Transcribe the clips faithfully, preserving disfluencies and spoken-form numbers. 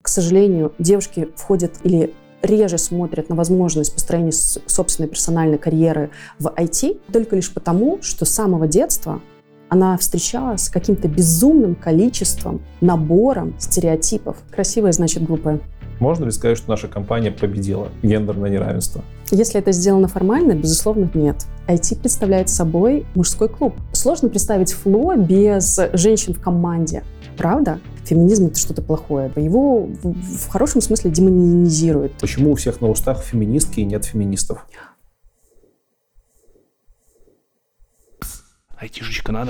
к сожалению, девушки входят или реже смотрят на возможность построения собственной персональной карьеры в ай ти только лишь потому, что с самого детства она встречалась с каким-то безумным количеством, набором стереотипов. Красивая, значит, глупая. Можно ли сказать, что наша компания победила гендерное неравенство? Если это сделано формально, безусловно, нет. ай ти представляет собой мужской клуб. Сложно представить Фло без женщин в команде. Правда? Феминизм — это что-то плохое. Его в, в хорошем смысле демонизируют. Почему у всех на устах феминистки и нет феминистов? Айтишечка надо.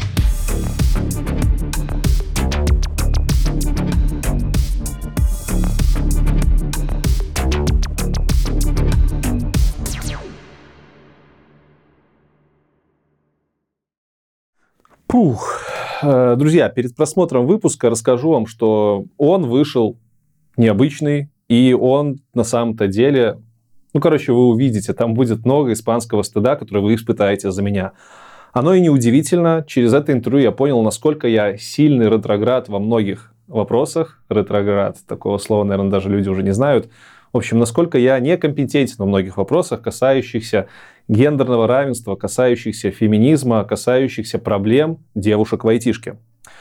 Пух. Друзья, перед просмотром выпуска расскажу вам, что он вышел необычный, и он на самом-то деле... Ну, короче, вы увидите, там будет много испанского стыда, который вы испытаете за меня. Оно и неудивительно. Через это интервью я понял, насколько я сильный ретроград во многих вопросах. Ретроград, такого слова, наверное, даже люди уже не знают. В общем, насколько я некомпетентен во многих вопросах, касающихся гендерного равенства, касающихся феминизма, касающихся проблем девушек в айтишке.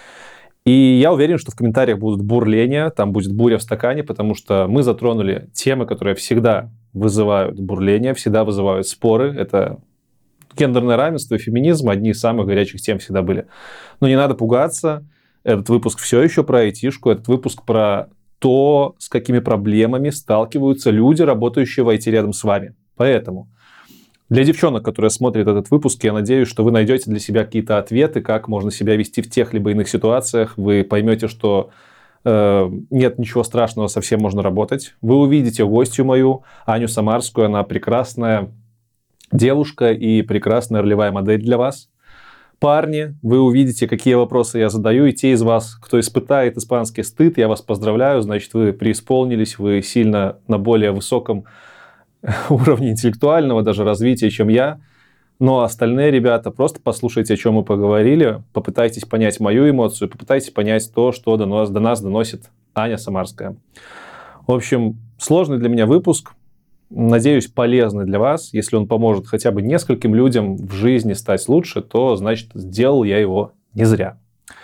И я уверен, что в комментариях будут бурления, там будет буря в стакане, потому что мы затронули темы, которые всегда вызывают бурления, всегда вызывают споры. Это гендерное равенство и феминизм, одни из самых горячих тем всегда были. Но не надо пугаться, этот выпуск все еще про айтишку, этот выпуск про то, с какими проблемами сталкиваются люди, работающие в ай ти рядом с вами. Поэтому для девчонок, которые смотрят этот выпуск, я надеюсь, что вы найдете для себя какие-то ответы, как можно себя вести в тех либо иных ситуациях. Вы поймете, что э, нет ничего страшного, совсем можно работать. Вы увидите гостью мою, Аню Самарскую. Она прекрасная девушка и прекрасная ролевая модель для вас. Парни, вы увидите, какие вопросы я задаю, и те из вас, кто испытает испанский стыд, я вас поздравляю, значит, вы преисполнились, вы сильно на более высоком уровне интеллектуального даже развития, чем я. Но остальные ребята, просто послушайте, о чем мы поговорили, попытайтесь понять мою эмоцию, попытайтесь понять то, что до нас, до нас доносит Аня Самарская. В общем, сложный для меня выпуск. Надеюсь, полезный для вас. Если он поможет хотя бы нескольким людям в жизни стать лучше, то, значит, сделал я его не зря.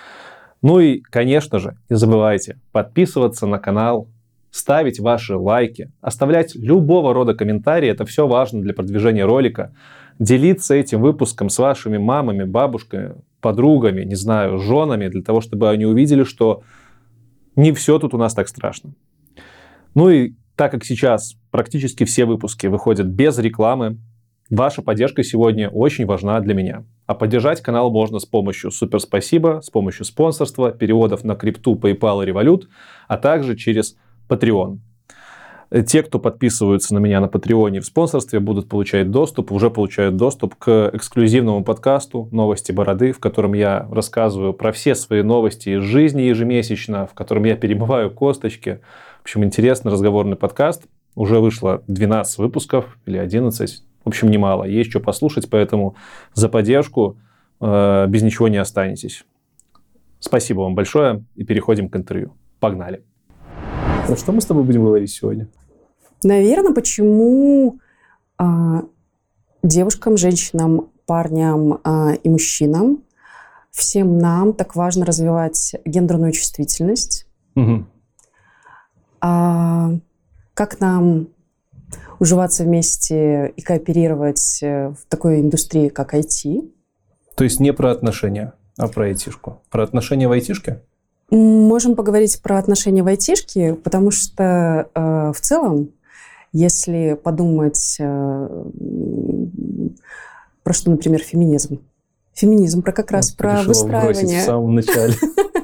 Ну и, конечно же, не забывайте подписываться на канал, ставить ваши лайки, оставлять любого рода комментарии. Это все важно для продвижения ролика. Делиться этим выпуском с вашими мамами, бабушками, подругами, не знаю, женами, для того, чтобы они увидели, что не все тут у нас так страшно. Ну и так как сейчас практически все выпуски выходят без рекламы, ваша поддержка сегодня очень важна для меня. А поддержать канал можно с помощью суперспасибо, с помощью спонсорства, переводов на крипту, PayPal и Revolut, а также через Patreon. Те, кто подписываются на меня на Патреоне в спонсорстве, будут получать доступ, уже получают доступ к эксклюзивному подкасту «Новости Бороды», в котором я рассказываю про все свои новости из жизни ежемесячно, в котором я перемываю косточки. В общем, интересный разговорный подкаст. Уже вышло двенадцать выпусков или одиннадцать. В общем, немало. Есть что послушать, поэтому за поддержку э, без ничего не останетесь. Спасибо вам большое и переходим к интервью. Погнали. Про что мы с тобой будем говорить сегодня? Наверное, почему э, девушкам, женщинам, парням э, и мужчинам, всем нам так важно развивать гендерную чувствительность. Угу. А как нам уживаться вместе и кооперировать в такой индустрии, как ай ти? То есть не про отношения, а про айтишку. Про отношения в айтишке? Можем поговорить про отношения в айтишке, потому что э, в целом, если подумать э, про что, например, феминизм. Феминизм про как раз вот про выстраивание. В самом начале.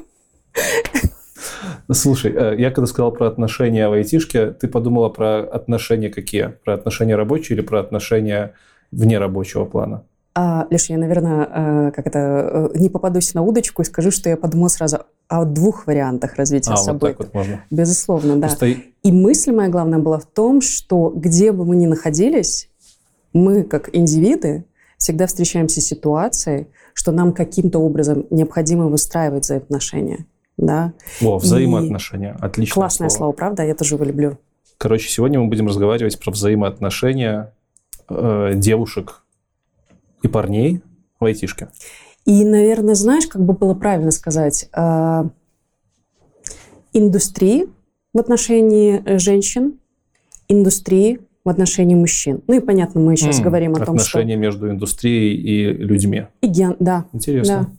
Слушай, я когда сказал про отношения в айтишке, ты подумала про отношения какие? Про отношения рабочие или про отношения вне рабочего плана? А, Леш, я, наверное, как это, не попадусь на удочку и скажу, что я подумала сразу о двух вариантах развития а, событий. Вот так вот можно. Безусловно, да. Просто... И мысль моя главная была в том, что где бы мы ни находились, мы, как индивиды, всегда встречаемся с ситуацией, что нам каким-то образом необходимо выстраивать взаимоотношения. Да. О, взаимоотношения. И отличное классное слово. слово, правда? Я тоже его люблю. Короче, сегодня мы будем разговаривать про взаимоотношения э, девушек и парней в айтишке. И, наверное, знаешь, как бы было правильно сказать, э, индустрии в отношении женщин, индустрии в отношении мужчин. Ну и понятно, мы сейчас М, говорим о том, что... Отношения между индустрией и людьми. И ген... Да. Интересно.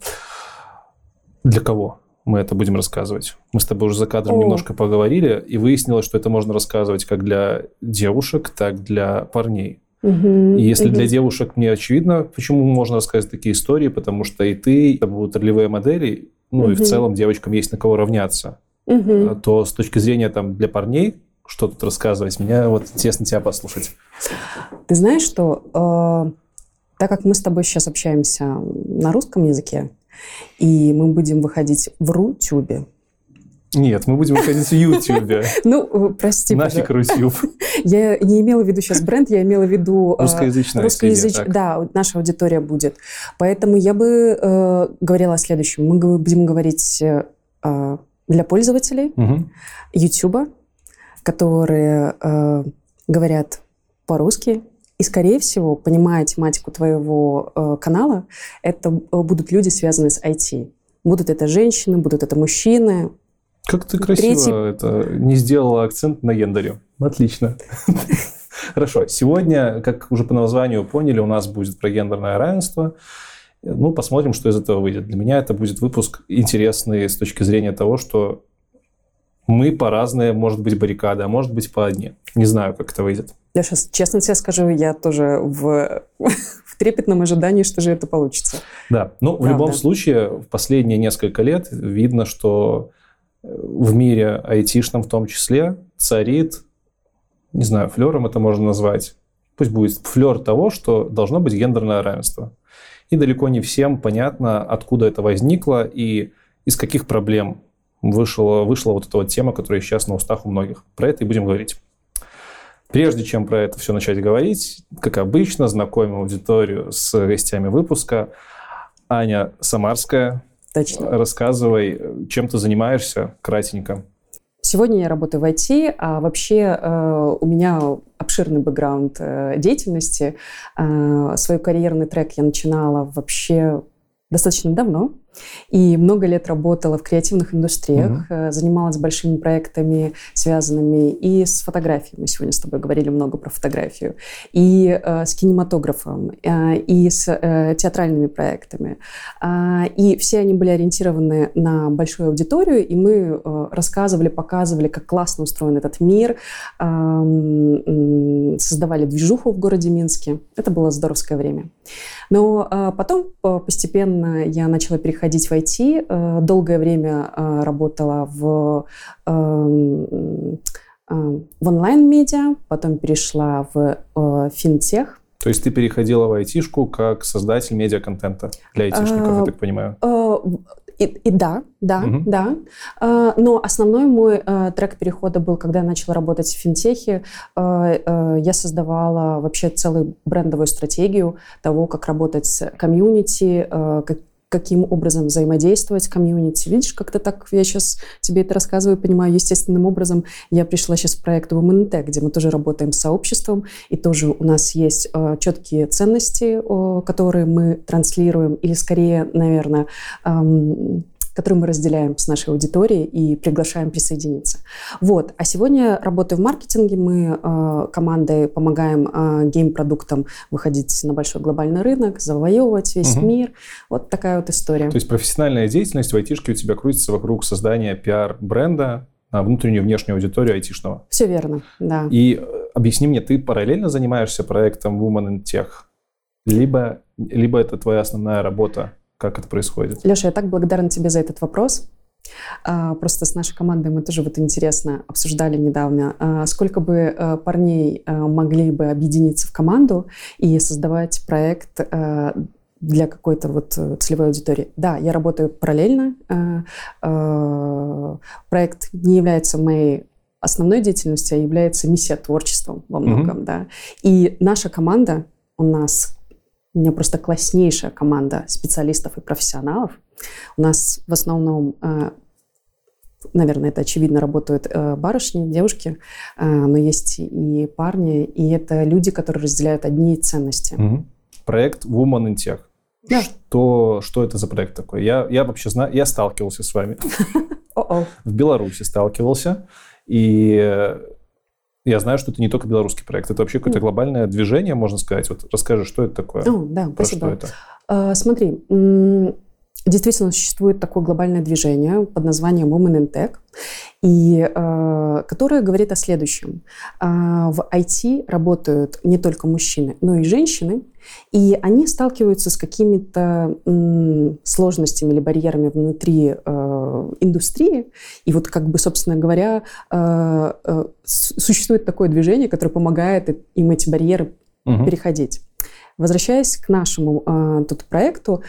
Да. Для кого мы это будем рассказывать? Мы с тобой уже за кадром О. немножко поговорили, и выяснилось, что это можно рассказывать как для девушек, так и для парней. Угу, И если угу. для девушек не очевидно, почему можно рассказывать такие истории, потому что и ты, это будут ролевые модели, ну угу. и в целом девочкам есть на кого равняться, угу. то с точки зрения там, для парней, что тут рассказывать, мне вот интересно тебя послушать. Ты знаешь, что э, так как мы с тобой сейчас общаемся на русском языке, и мы будем выходить в Рутюбе. Нет, мы будем выходить в Ютьюбе. Ну, прости. Нафиг Рутюб. Я не имела в виду сейчас бренд, я имела в виду... Русскоязычная русскоязыч... Да, наша аудитория будет. Поэтому я бы э, говорила о следующем. Мы будем говорить э, для пользователей Ютуба, которые э, говорят по-русски, и, скорее всего, понимая тематику твоего э, канала, это будут люди, связанные с ай ти. Будут это женщины, будут это мужчины. Как ты красиво Третий... это не сделала акцент на гендере. Отлично. Хорошо. Сегодня, как уже по названию поняли, у нас будет про гендерное равенство. Ну, посмотрим, что из этого выйдет. Для меня это будет выпуск интересный с точки зрения того, что мы по разные, может быть, баррикады, а может быть, по одни. Не знаю, как это выйдет. Я сейчас честно тебе скажу, я тоже в, в трепетном ожидании, что же это получится. Да, ну, в любом случае, в последние несколько лет видно, что в мире айтишном в том числе царит, не знаю, флером это можно назвать, пусть будет флер того, что должно быть гендерное равенство. И далеко не всем понятно, откуда это возникло и из каких проблем вышла, вышла вот эта вот тема, которая сейчас на устах у многих. Про это и будем говорить. Прежде чем про это все начать говорить, как обычно, знакомим аудиторию с гостями выпуска. Аня Самарская. Точно. Рассказывай, чем ты занимаешься, кратенько. Сегодня я работаю в ай ти, а вообще э, у меня обширный бэкграунд э, деятельности. Э, свой карьерный трек я начинала вообще достаточно давно. И много лет работала в креативных индустриях, mm-hmm. занималась большими проектами, связанными и с фотографией. Мы сегодня с тобой говорили много про фотографию. И э, с кинематографом, э, и с э, театральными проектами. Э, и все они были ориентированы на большую аудиторию, и мы э, рассказывали, показывали, как классно устроен этот мир, э, э, создавали движуху в городе Минске. Это было здоровское время. Но э, потом постепенно я начала переходить ходить в ай ти. Долгое время работала в, в онлайн-медиа, потом перешла в финтех. То есть ты переходила в айтишку как создатель медиа-контента для айтишников, а, я так понимаю? И, и да, да, угу. да. Но основной мой трек перехода был, когда я начала работать в финтехе. Я создавала вообще целую брендовую стратегию того, как работать с комьюнити, как каким образом взаимодействовать с комьюнити. Видишь, как-то так я сейчас тебе это рассказываю, понимаю, естественным образом. Я пришла сейчас в проект Women in Tech, где мы тоже работаем с сообществом, и тоже у нас есть э, четкие ценности, э, которые мы транслируем, или скорее, наверное, эм, которые мы разделяем с нашей аудиторией и приглашаем присоединиться. Вот. А сегодня, работая в маркетинге, мы э, командой помогаем э, гейм-продуктам выходить на большой глобальный рынок, завоевывать весь угу. мир. Вот такая вот история. То есть профессиональная деятельность в айтишке у тебя крутится вокруг создания пиар-бренда на внутреннюю и внешнюю аудиторию айтишного. Все верно, да. И объясни мне, ты параллельно занимаешься проектом Women in Tech? Либо, либо это твоя основная работа? Как это происходит? Леша, я так благодарна тебе за этот вопрос. А, просто с нашей командой мы тоже вот интересно обсуждали недавно, а, сколько бы а, парней а, могли бы объединиться в команду и создавать проект а, для какой-то вот целевой аудитории. Да, я работаю параллельно. А, а, проект не является моей основной деятельностью, а является миссия-творчеством во многом. Mm-hmm. Да. И наша команда, у нас У меня просто класснейшая команда специалистов и профессионалов. У нас в основном э, наверное, это очевидно, работают э, барышни, девушки, э, но есть и парни, и это люди, которые разделяют одни ценности. Угу. Проект Women in Tech. Да. Что, что это за проект такой? Я, я вообще знаю, я сталкивался с вами. В Беларуси сталкивался, и я знаю, что это не только белорусский проект, это вообще какое-то глобальное движение, можно сказать. Вот расскажи, что это такое? О, да, Про спасибо. что это? Uh, смотри, м- действительно существует такое глобальное движение под названием Women in Tech, и, uh, которое говорит о следующем. Uh, в ай ти работают не только мужчины, но и женщины, и они сталкиваются с какими-то м- сложностями или барьерами внутри uh, индустрии. И вот, как бы, собственно говоря, uh, uh, существует такое движение, которое помогает им эти барьеры угу. переходить. Возвращаясь к нашему э, тут проекту,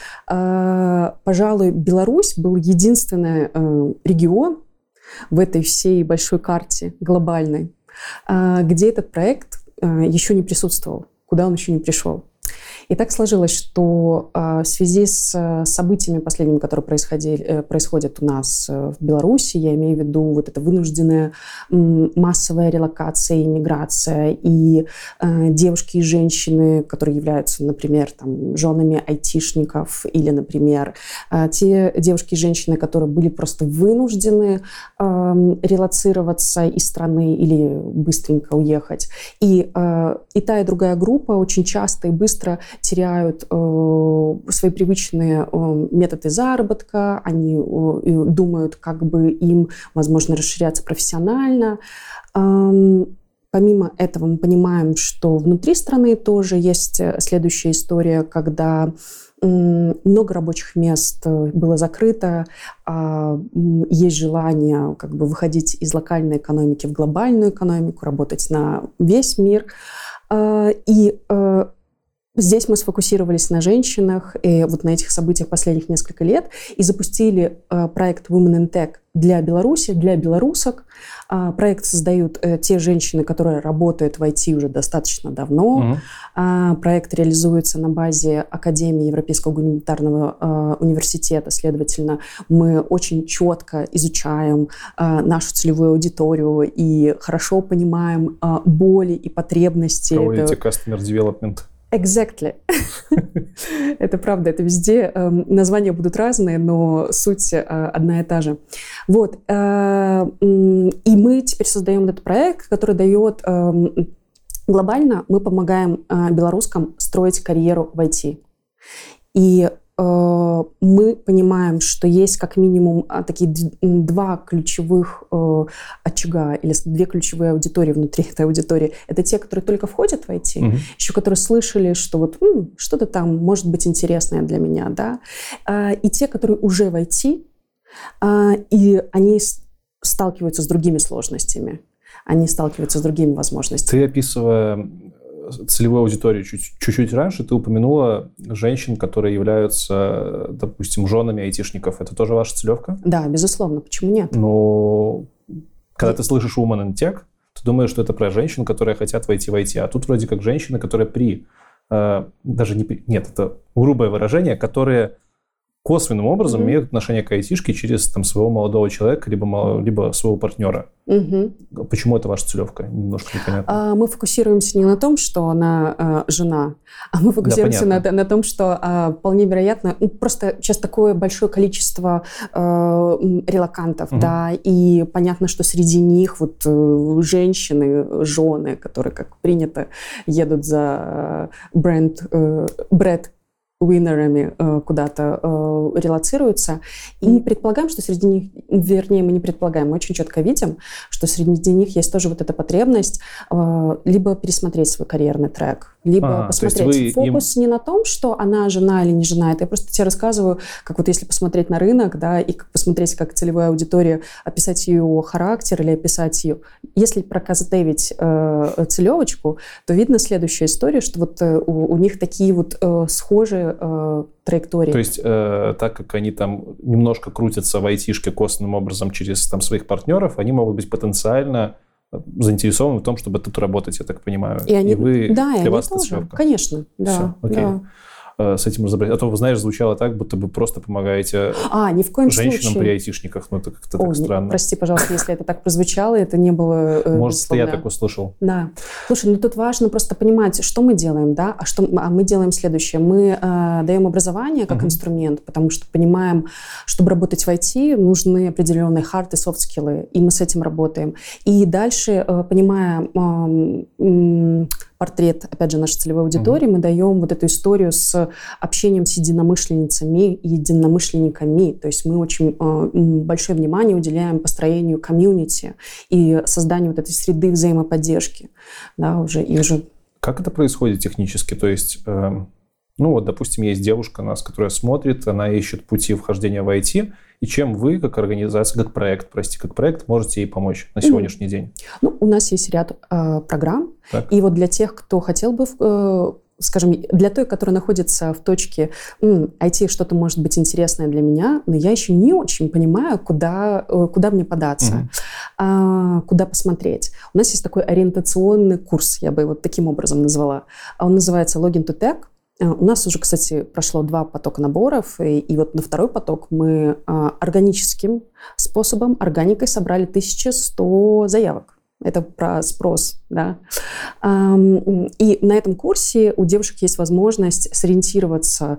э, пожалуй, Беларусь был единственный э, регион в этой всей большой карте глобальной, э, где этот проект э, еще не присутствовал, куда он еще не пришел. И так сложилось, что э, в связи с событиями последними, которые происходили, э, происходят у нас э, в Беларуси, я имею в виду вот эта вынужденная м, массовая релокация, иммиграция, и э, девушки и женщины, которые являются, например, там, женами айтишников, или, например, э, те девушки и женщины, которые были просто вынуждены э, релоцироваться из страны или быстренько уехать. И, э, и та, и другая группа очень часто и быстро теряют э, свои привычные э, методы заработка, они э, думают, как бы им, возможно, расширяться профессионально. Э, помимо этого мы понимаем, что внутри страны тоже есть следующая история, когда э, много рабочих мест было закрыто, э, есть желание как бы выходить из локальной экономики в глобальную экономику, работать на весь мир. Э, и э, Здесь мы сфокусировались на женщинах, и вот на этих событиях последних несколько лет, и запустили э, проект Women in Tech для Беларуси, для белорусок. Э, проект создают э, те женщины, которые работают в ай ти уже достаточно давно. Uh-huh. Э, проект реализуется на базе Академии Европейского гуманитарного э, университета. Следовательно, мы очень четко изучаем э, нашу целевую аудиторию и хорошо понимаем э, боли и потребности. Проводите customer development. Exactly. Это правда, это везде. Э, названия будут разные, но суть э, одна и та же. Вот. Э, и мы теперь создаем этот проект, который дает... Э, глобально мы помогаем э, белорускам строить карьеру в ай ти. И э, мы понимаем, что есть как минимум такие д- два ключевых э, очага или две ключевые аудитории внутри этой аудитории. Это те, которые только входят в ай ти, mm-hmm. еще которые слышали, что вот м, что-то там может быть интересное для меня, да, э, и те, которые уже в ай ти, э, и они с- сталкиваются с другими сложностями, они сталкиваются с другими возможностями. Ты, описывая целевую аудиторию чуть- чуть-чуть раньше, ты упомянула женщин, которые являются, допустим, женами айтишников. Это тоже ваша целевка? Да, безусловно. Почему нет? Но когда ты слышишь Women in Tech, ты думаешь, что это про женщин, которые хотят войти в ай ти. А тут вроде как женщины, которые при... Э, даже не при... Нет, это грубое выражение, которые косвенным образом mm-hmm. имеют отношение к айтишке через там, своего молодого человека, либо, либо своего партнера. Mm-hmm. Почему это ваша целевка? Немножко непонятно. А, мы фокусируемся не на том, что она а, жена, а мы фокусируемся да, на, на том, что а, вполне вероятно, ну, просто сейчас такое большое количество а, релокантов, mm-hmm. да, и понятно, что среди них вот женщины, жены, которые, как принято, едут за бренд, бренд уиннерами э, куда-то э, релоцируются. И mm. предполагаем, что среди них, вернее, мы не предполагаем, мы очень четко видим, что среди них есть тоже вот эта потребность э, либо пересмотреть свой карьерный трек, либо а, посмотреть. Фокус им... не на том, что она жена или не жена. Это я просто тебе рассказываю, как вот если посмотреть на рынок, да, и как посмотреть, как целевая аудитория, описать ее характер или описать ее. Если прокастевить э, целевочку, то видно следующая история, что вот э, у, у них такие вот э, схожие э, траектории. То есть, э, так как они там немножко крутятся в айтишке косвенным образом через там, своих партнеров, они могут быть потенциально заинтересованы в том, чтобы тут работать, я так понимаю. И, они, и вы, да, для и вас тоже, это целевка. конечно. Да, Все, окей. Да. э, с этим разобраться? А то, знаешь, звучало так, будто бы просто помогаете а, ни в коем женщинам случае. при айтишниках. Ну, это как-то О, так странно. Прости, пожалуйста, если это так прозвучало, это не было... Э, Может, это я так услышал. Да. Слушай, ну тут важно просто понимать, что мы делаем, да, а, что, а мы делаем следующее. Мы э, даем образование как uh-huh. инструмент, потому что понимаем, чтобы работать в ай ти, нужны определенные hard и soft skills, и мы с этим работаем. И дальше, э, понимая э, э, портрет, опять же, нашей целевой аудитории, uh-huh. мы даем вот эту историю с общением с единомышленницами и единомышленниками. То есть мы очень э, большое внимание уделяем построению комьюнити и созданию вот этой среды взаимоподдержки. Да, уже, и уже... Как это происходит технически? То есть, э, ну вот, допустим, есть девушка нас, которая смотрит, она ищет пути вхождения в ай ти, и чем вы, как организация, как проект, прости, как проект, можете ей помочь на сегодняшний mm-hmm. день? Ну, у нас есть ряд э, программ, так. И вот для тех, кто хотел бы... Э, скажем, для той, которая находится в точке м, ай ти что-то может быть интересное для меня, но я еще не очень понимаю, куда, куда мне податься, mm-hmm. а, куда посмотреть. У нас есть такой ориентационный курс, я бы его таким образом назвала. Он называется Login to Tech. У нас уже, кстати, прошло два потока наборов, и, и вот на второй поток мы а, органическим способом, органикой собрали тысяча сто заявок. Это про спрос, да. И на этом курсе у девушек есть возможность сориентироваться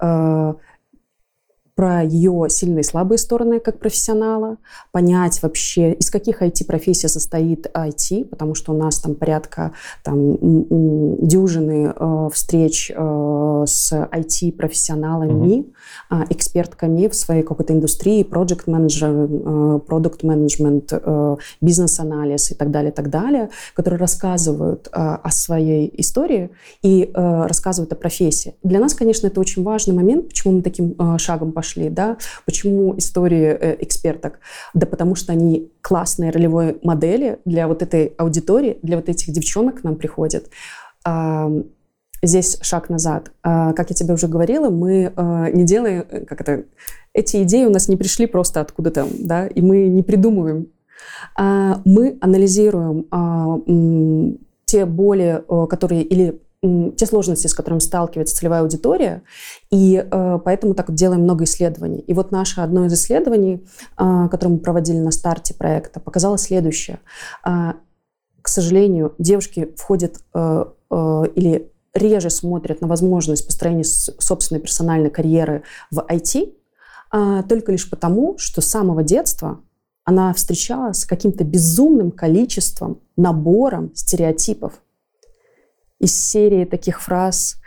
про ее сильные и слабые стороны как профессионала, понять вообще, из каких ай ти-профессий состоит ай ти, потому что у нас там порядка там, дюжины э, встреч э, с ай ти-профессионалами, mm-hmm. э, экспертками в своей какой-то индустрии, проект-менеджер, продукт-менеджмент, э, бизнес-анализ и так далее, так далее, которые рассказывают э, о своей истории и э, рассказывают о профессии. Для нас, конечно, это очень важный момент, почему мы таким э, шагом пошли. Пошли, да? Почему истории э, эксперток? Да потому что они классные ролевые модели для вот этой аудитории, для вот этих девчонок к нам приходят. А, здесь шаг назад. А, как я тебе уже говорила, мы а, не делаем, как это, эти идеи у нас не пришли просто откуда-то, да, и мы не придумываем. А, мы анализируем а, м, те боли, которые или те сложности, с которыми сталкивается целевая аудитория, и э, поэтому так вот делаем много исследований. И вот наше одно из исследований, э, которое мы проводили на старте проекта, показало следующее. Э, к сожалению, девушки входят э, э, или реже смотрят на возможность построения собственной персональной карьеры в ай ти э, только лишь потому, что с самого детства она встречалась с каким-то безумным количеством, набором стереотипов. Из серии таких фраз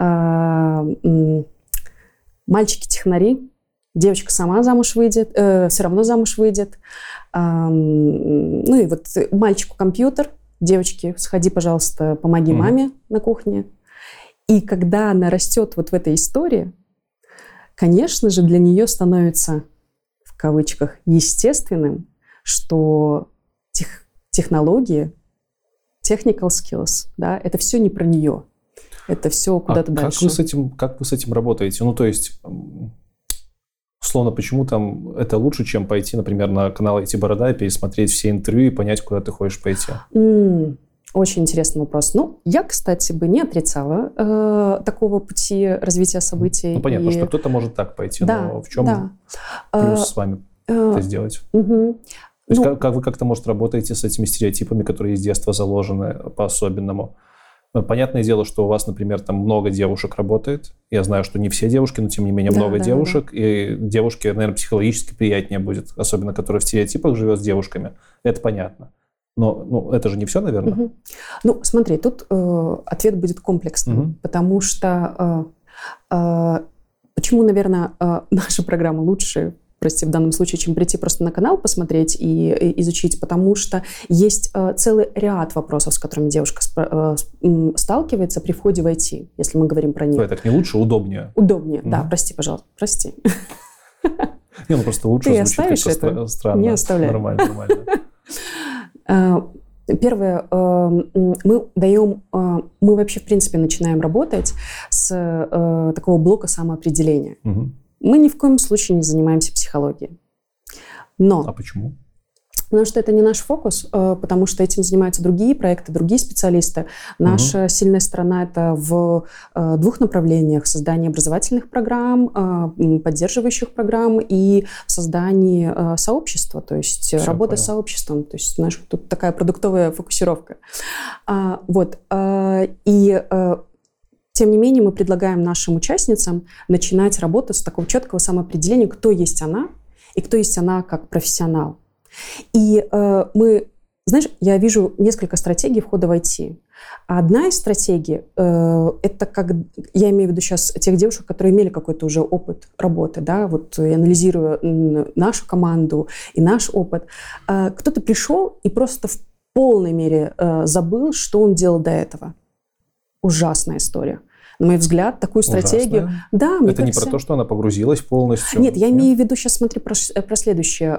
«мальчики-технари», «девочка сама замуж выйдет», э, «все равно замуж выйдет», э, ну и вот «мальчику компьютер», «девочки, сходи, пожалуйста, помоги mm-hmm. маме на кухне». И когда она растет вот в этой истории, конечно же, для нее становится, в кавычках, естественным, что тех, технологии, technical skills, да, это все не про нее. Это все куда-то а дальше. Как вы с этим, как вы с этим работаете? Ну, то есть, условно, почему там это лучше, чем пойти, например, на канал ай ти Борода и пересмотреть все интервью и понять, куда ты хочешь пойти? Mm, очень интересный вопрос. Ну, я, кстати, бы не отрицала э, такого пути развития событий. Ну, понятно, и... что кто-то может так пойти, да, но в чем да. плюс uh, с вами uh, это сделать? Uh-huh. То есть ну, как, как вы как-то, может, работаете с этими стереотипами, которые с детства заложены по-особенному? Понятное дело, что у вас, например, там много девушек работает. Я знаю, что не все девушки, но тем не менее да, много да, девушек. Да. И девушке, наверное, психологически приятнее будет, особенно которая в стереотипах живет с девушками. Это понятно. Но ну, это же не все, наверное? Угу. Ну, смотри, тут э, ответ будет комплексным, угу. потому что э, э, почему, наверное, э, наша программа лучше, прости, в данном случае, чем прийти просто на канал посмотреть и, и изучить, потому что есть э, целый ряд вопросов, с которыми девушка спро- э, сталкивается при входе в ай ти, если мы говорим про них. Ой, так не лучше, удобнее? Удобнее, mm-hmm. да, прости, пожалуйста, прости. Не, ну просто лучше Ты звучит как-то это? странно. Не оставляй. Нормально, нормально. Первое, мы даем, мы вообще, в принципе, начинаем работать с такого блока самоопределения. Угу. Мы ни в коем случае не занимаемся психологией. Но... А почему? Потому что это не наш фокус, потому что этим занимаются другие проекты, другие специалисты. Наша угу. сильная сторона — это в двух направлениях: создании образовательных программ, поддерживающих программ и в создании сообщества, то есть Все, работа понял. С сообществом. То есть наша тут такая продуктовая фокусировка. Вот. И тем не менее мы предлагаем нашим участницам начинать работу с такого четкого самоопределения, кто есть она и кто есть она как профессионал. И э, мы, знаешь, я вижу несколько стратегий входа в ай ти. Одна из стратегий, э, это как, я имею в виду сейчас тех девушек, которые имели какой-то уже опыт работы, да, вот я анализирую нашу команду и наш опыт. Э, кто-то пришел и просто в полной мере э, забыл, что он делал до этого. Ужасная история. На мой взгляд, такую стратегию... Да, мне это кажется... не про то, что она погрузилась полностью? Нет, я Нет? имею в виду, сейчас смотри про, про следующее.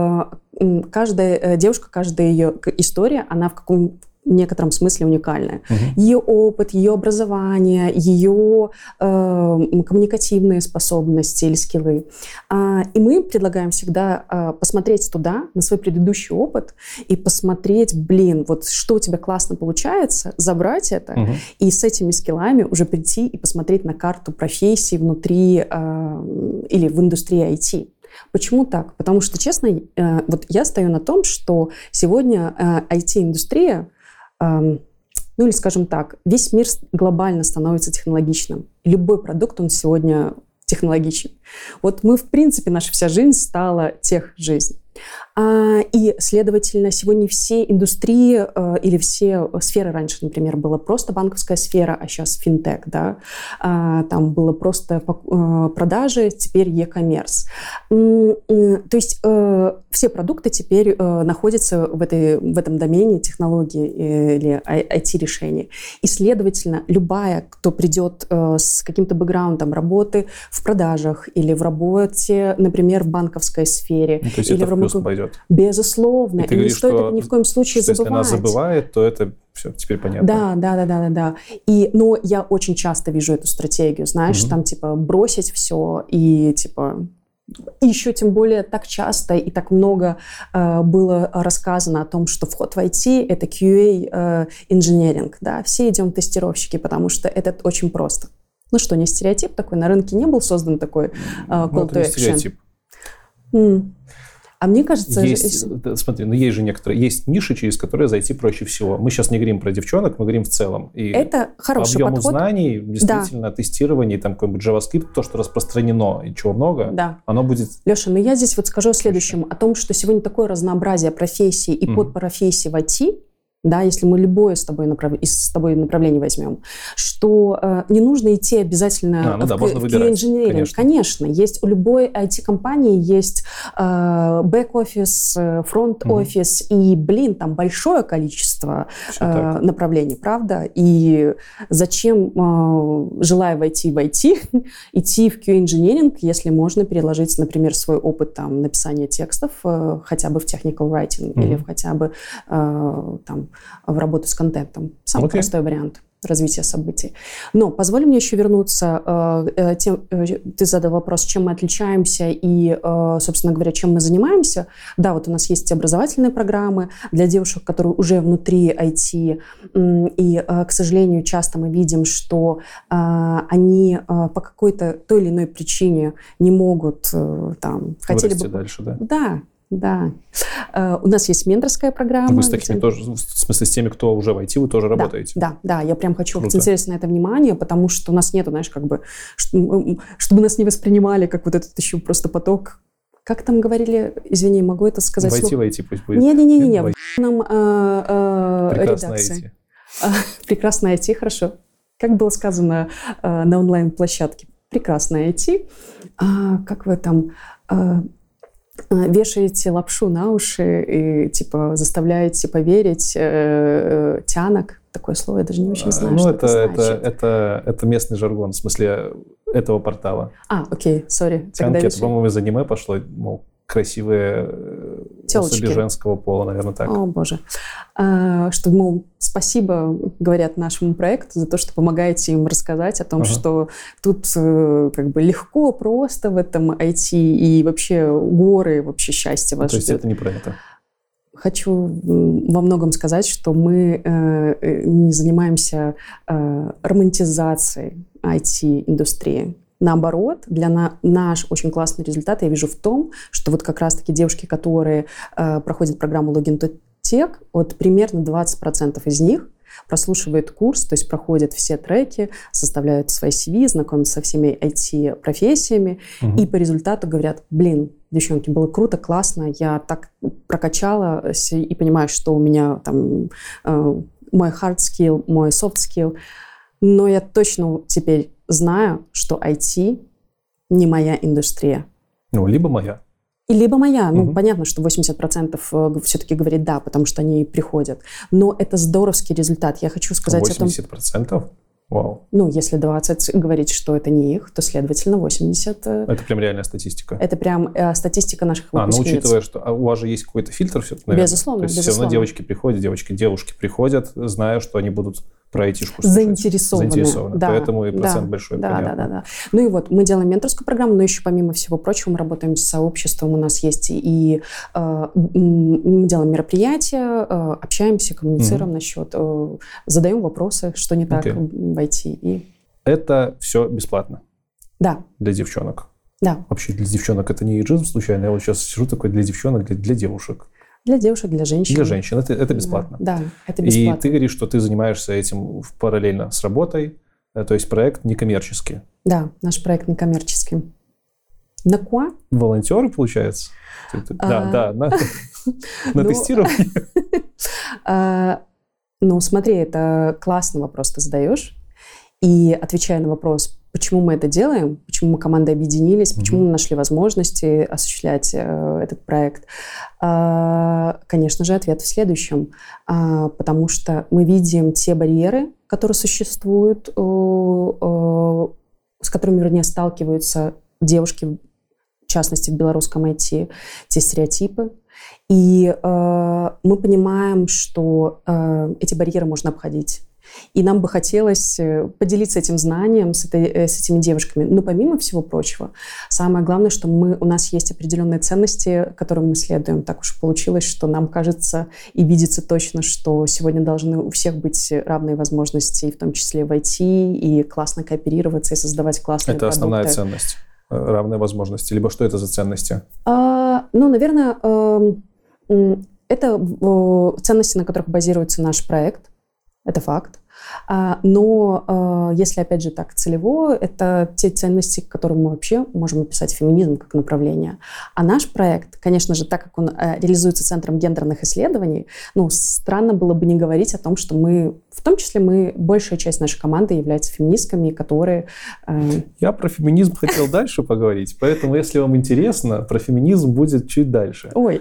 Каждая девушка, каждая ее история, она в каком в некотором смысле уникальная. Угу. Ее опыт, ее образование, ее э, коммуникативные способности или скиллы. А, и мы предлагаем всегда а, посмотреть туда, на свой предыдущий опыт, и посмотреть, блин, вот что у тебя классно получается, забрать это, угу. и с этими скиллами уже прийти и посмотреть на карту профессий внутри а, или в индустрии ай ти. Почему так? Потому что, честно, э, вот я стою на том, что сегодня э, ай ти-индустрия, ну или, скажем так, весь мир глобально становится технологичным. Любой продукт, он сегодня технологичен. Вот мы, в принципе, наша вся жизнь стала тех-жизнь. И, следовательно, сегодня все индустрии или все сферы, раньше, например, была просто банковская сфера, а сейчас финтех, да, там было просто продажи, теперь e-commerce. То есть все продукты теперь находятся в, этой, в этом домене технологий или ай ти-решений. И, следовательно, любая, кто придет с каким-то бэкграундом работы в продажах или в работе, например, в банковской сфере, ну, то есть или это в в плюс пойдет. Безусловно. И, и не стоит это ни в коем случае что забывать. Если она забывает, то это все теперь понятно. Да, да, да, да, да, да. И, но я очень часто вижу эту стратегию, знаешь, угу. там типа бросить все и типа... И еще тем более так часто и так много э, было рассказано о том, что вход в ай ти — это кью эй э, инженеринг, да, все идем тестировщики, потому что это очень просто. Ну что, не стереотип такой, на рынке не был создан такой э, call ну, to action? Стереотип. Mm. А мне кажется... Есть, же... Смотри, ну есть же некоторые, есть ниши, через которые зайти проще всего. Мы сейчас не говорим про девчонок, мы говорим в целом. И это хороший объему подход. знаний, действительно, да. тестирование, там какой-нибудь JavaScript, то, что распространено и чего много, да. оно будет... Леша, ну я здесь вот скажу о следующем, о том, что сегодня такое разнообразие профессий и mm. подпрофессий в ай ти, да, если мы любое с тобой, направ... с тобой направление возьмем, что э, не нужно идти обязательно а, ну в, да, к, можно в выбирать, инженеринг. Конечно. конечно, есть у любой ай ти-компании есть э, бэк-офис, фронт-офис, угу. и, блин, там большое количество э, направлений, правда? И зачем, э, желая войти в ай ти, идти в кью эй-инженеринг, если можно переложить, например, свой опыт там, написания текстов э, хотя бы в technical writing угу. или в, хотя бы э, там, в работу с контентом. Самый okay. простой вариант развития событий. Но позволь мне еще вернуться. Э, тем, э, ты задал вопрос, чем мы отличаемся и, э, собственно говоря, чем мы занимаемся. Да, вот у нас есть образовательные программы для девушек, которые уже внутри ай ти. И, э, к сожалению, часто мы видим, что э, они э, по какой-то той или иной причине не могут э, там... Вырасти хотели бы... дальше, да? Да. Да. Uh, у нас есть менторская программа. Вы с такими тоже, в смысле, с теми, кто уже в ай ти, вы тоже да, работаете? Да, да, я прям хочу акцентировать на это внимание, потому что у нас нету, знаешь, как бы, чтобы нас не воспринимали как вот этот еще просто поток. Как там говорили, извини, могу это сказать? Войти в ай ти пусть будет. Не-не-не, в нам э, э, прекрасная редакции. ай ти. Прекрасная ай ти, хорошо. Как было сказано э, на онлайн-площадке. Прекрасная ай ти. А, как вы там... Э, вешаете лапшу на уши и, типа, заставляете поверить э, э, тянок. Такое слово я даже не очень знаю, ну, что это, это значит. Это, это, это местный жаргон, в смысле этого портала. А, окей, сори. Тянки, это, по-моему, из аниме пошло, мол, красивые Тёлочки. Особи женского пола, наверное, так. О, боже. А, что, мол, спасибо, говорят нашему проекту, за то, что помогаете им рассказать о том, ага. что тут как бы легко, просто в этом ай ти, и вообще горы, вообще счастье вас То есть ждет. это не про это? Хочу во многом сказать, что мы э, не занимаемся э, романтизацией ай ти-индустрии. Наоборот, для на, наш очень классный результат я вижу в том, что вот как раз-таки девушки, которые э, проходят программу Login to Tech, вот примерно двадцать процентов из них прослушивают курс, то есть проходят все треки, составляют свои си ви, знакомятся со всеми ай ти-профессиями, угу. и по результату говорят: блин, девчонки, было круто, классно, я так прокачалась и понимаю, что у меня там э, мой hard skill, мой soft skill, но я точно теперь знаю, что ай ти не моя индустрия. Ну, либо моя. И либо моя. Ну, угу. понятно, что восемьдесят процентов все-таки говорит «да», потому что они приходят. Но это здоровский результат. Я хочу сказать восемьдесят процентов? о том... Вау. Ну, если двадцать говорить, что это не их, то, следовательно, восемьдесят... Это прям реальная статистика? Это прям э, статистика наших выпускниц. А, ну, учитывая, что а у вас же есть какой-то фильтр все-таки, наверное? Безусловно, То есть безусловно. все равно девочки приходят, девочки-девушки приходят, зная, что они будут про айтишку слушать. Заинтересованы. Заинтересованы. Да, Поэтому и процент да, большой, да, понятно. Да, да, да. Ну и вот, мы делаем менторскую программу, но еще помимо всего прочего мы работаем с сообществом, у нас есть и э, мы делаем мероприятия, э, общаемся, коммуницируем mm-hmm. насчет, э, задаем вопросы, что не так okay. в ай ти. И... Это все бесплатно? Да. Для девчонок? Да. Вообще для девчонок это не эйджизм случайно? Я вот сейчас сижу такой для девчонок, для, для девушек. Для девушек, для женщин. Для женщин. Это, это бесплатно. Да, да, это бесплатно. И ты говоришь, что ты занимаешься этим параллельно с работой, то есть проект некоммерческий. Да, наш проект некоммерческий. На quoi? Волонтеры, получается? Да, да, на тестирование. Ну, смотри, это классный вопрос ты задаешь. И отвечая на вопрос, почему мы это делаем, почему мы командой объединились, mm-hmm. почему мы нашли возможности осуществлять э, этот проект, э, конечно же, ответ в следующем. Э, потому что мы видим те барьеры, которые существуют, э, э, с которыми, вернее, сталкиваются девушки, в частности, в белорусском ай ти, те стереотипы. И э, мы понимаем, что э, эти барьеры можно обходить. И нам бы хотелось поделиться этим знанием с, этой, с этими девушками. Но помимо всего прочего, самое главное, что мы, у нас есть определенные ценности, которым мы следуем. Так уж получилось, что нам кажется и видится точно, что сегодня должны у всех быть равные возможности, в том числе в ай ти, и классно кооперироваться, и создавать классные это продукты. Это основная ценность, равные возможности. Либо что это за ценности? А, ну, наверное, э, это э, ценности, на которых базируется наш проект. Это факт. Но если, опять же, так целево, это те ценности, к которым мы вообще можем описать феминизм как направление. А наш проект, конечно же, так как он реализуется Центром гендерных исследований, ну, странно было бы не говорить о том, что мы, в том числе мы, большая часть нашей команды является феминистками, которые... Я про феминизм хотел дальше поговорить, поэтому, если вам интересно, про феминизм будет чуть дальше. Ой.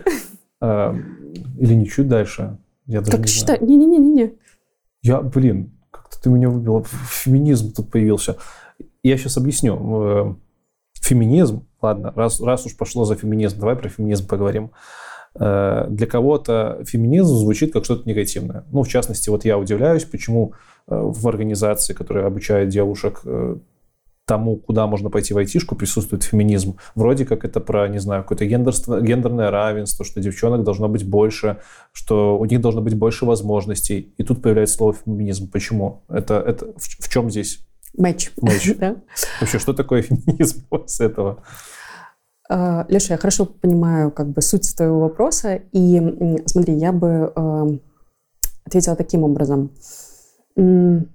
Или не чуть дальше. Я даже как не считаю? знаю. Не-не-не-не. Я, блин, как-то ты меня выбила. Феминизм тут появился. Я сейчас объясню. Феминизм, ладно, раз, раз уж пошло за феминизм, давай про феминизм поговорим. Для кого-то феминизм звучит как что-то негативное. Ну, в частности, вот я удивляюсь, почему в организации, которая обучает девушек тому, куда можно пойти в айтишку, присутствует феминизм. Вроде как это про, не знаю, какое-то гендерство, гендерное равенство, что девчонок должно быть больше, что у них должно быть больше возможностей. И тут появляется слово феминизм. Почему? Это, это в, в чем здесь? Матч. Матч. Да. Вообще, что такое феминизм с этого? Uh, Леша, я хорошо понимаю как бы суть твоего вопроса. И смотри, я бы uh, ответила таким образом. Mm,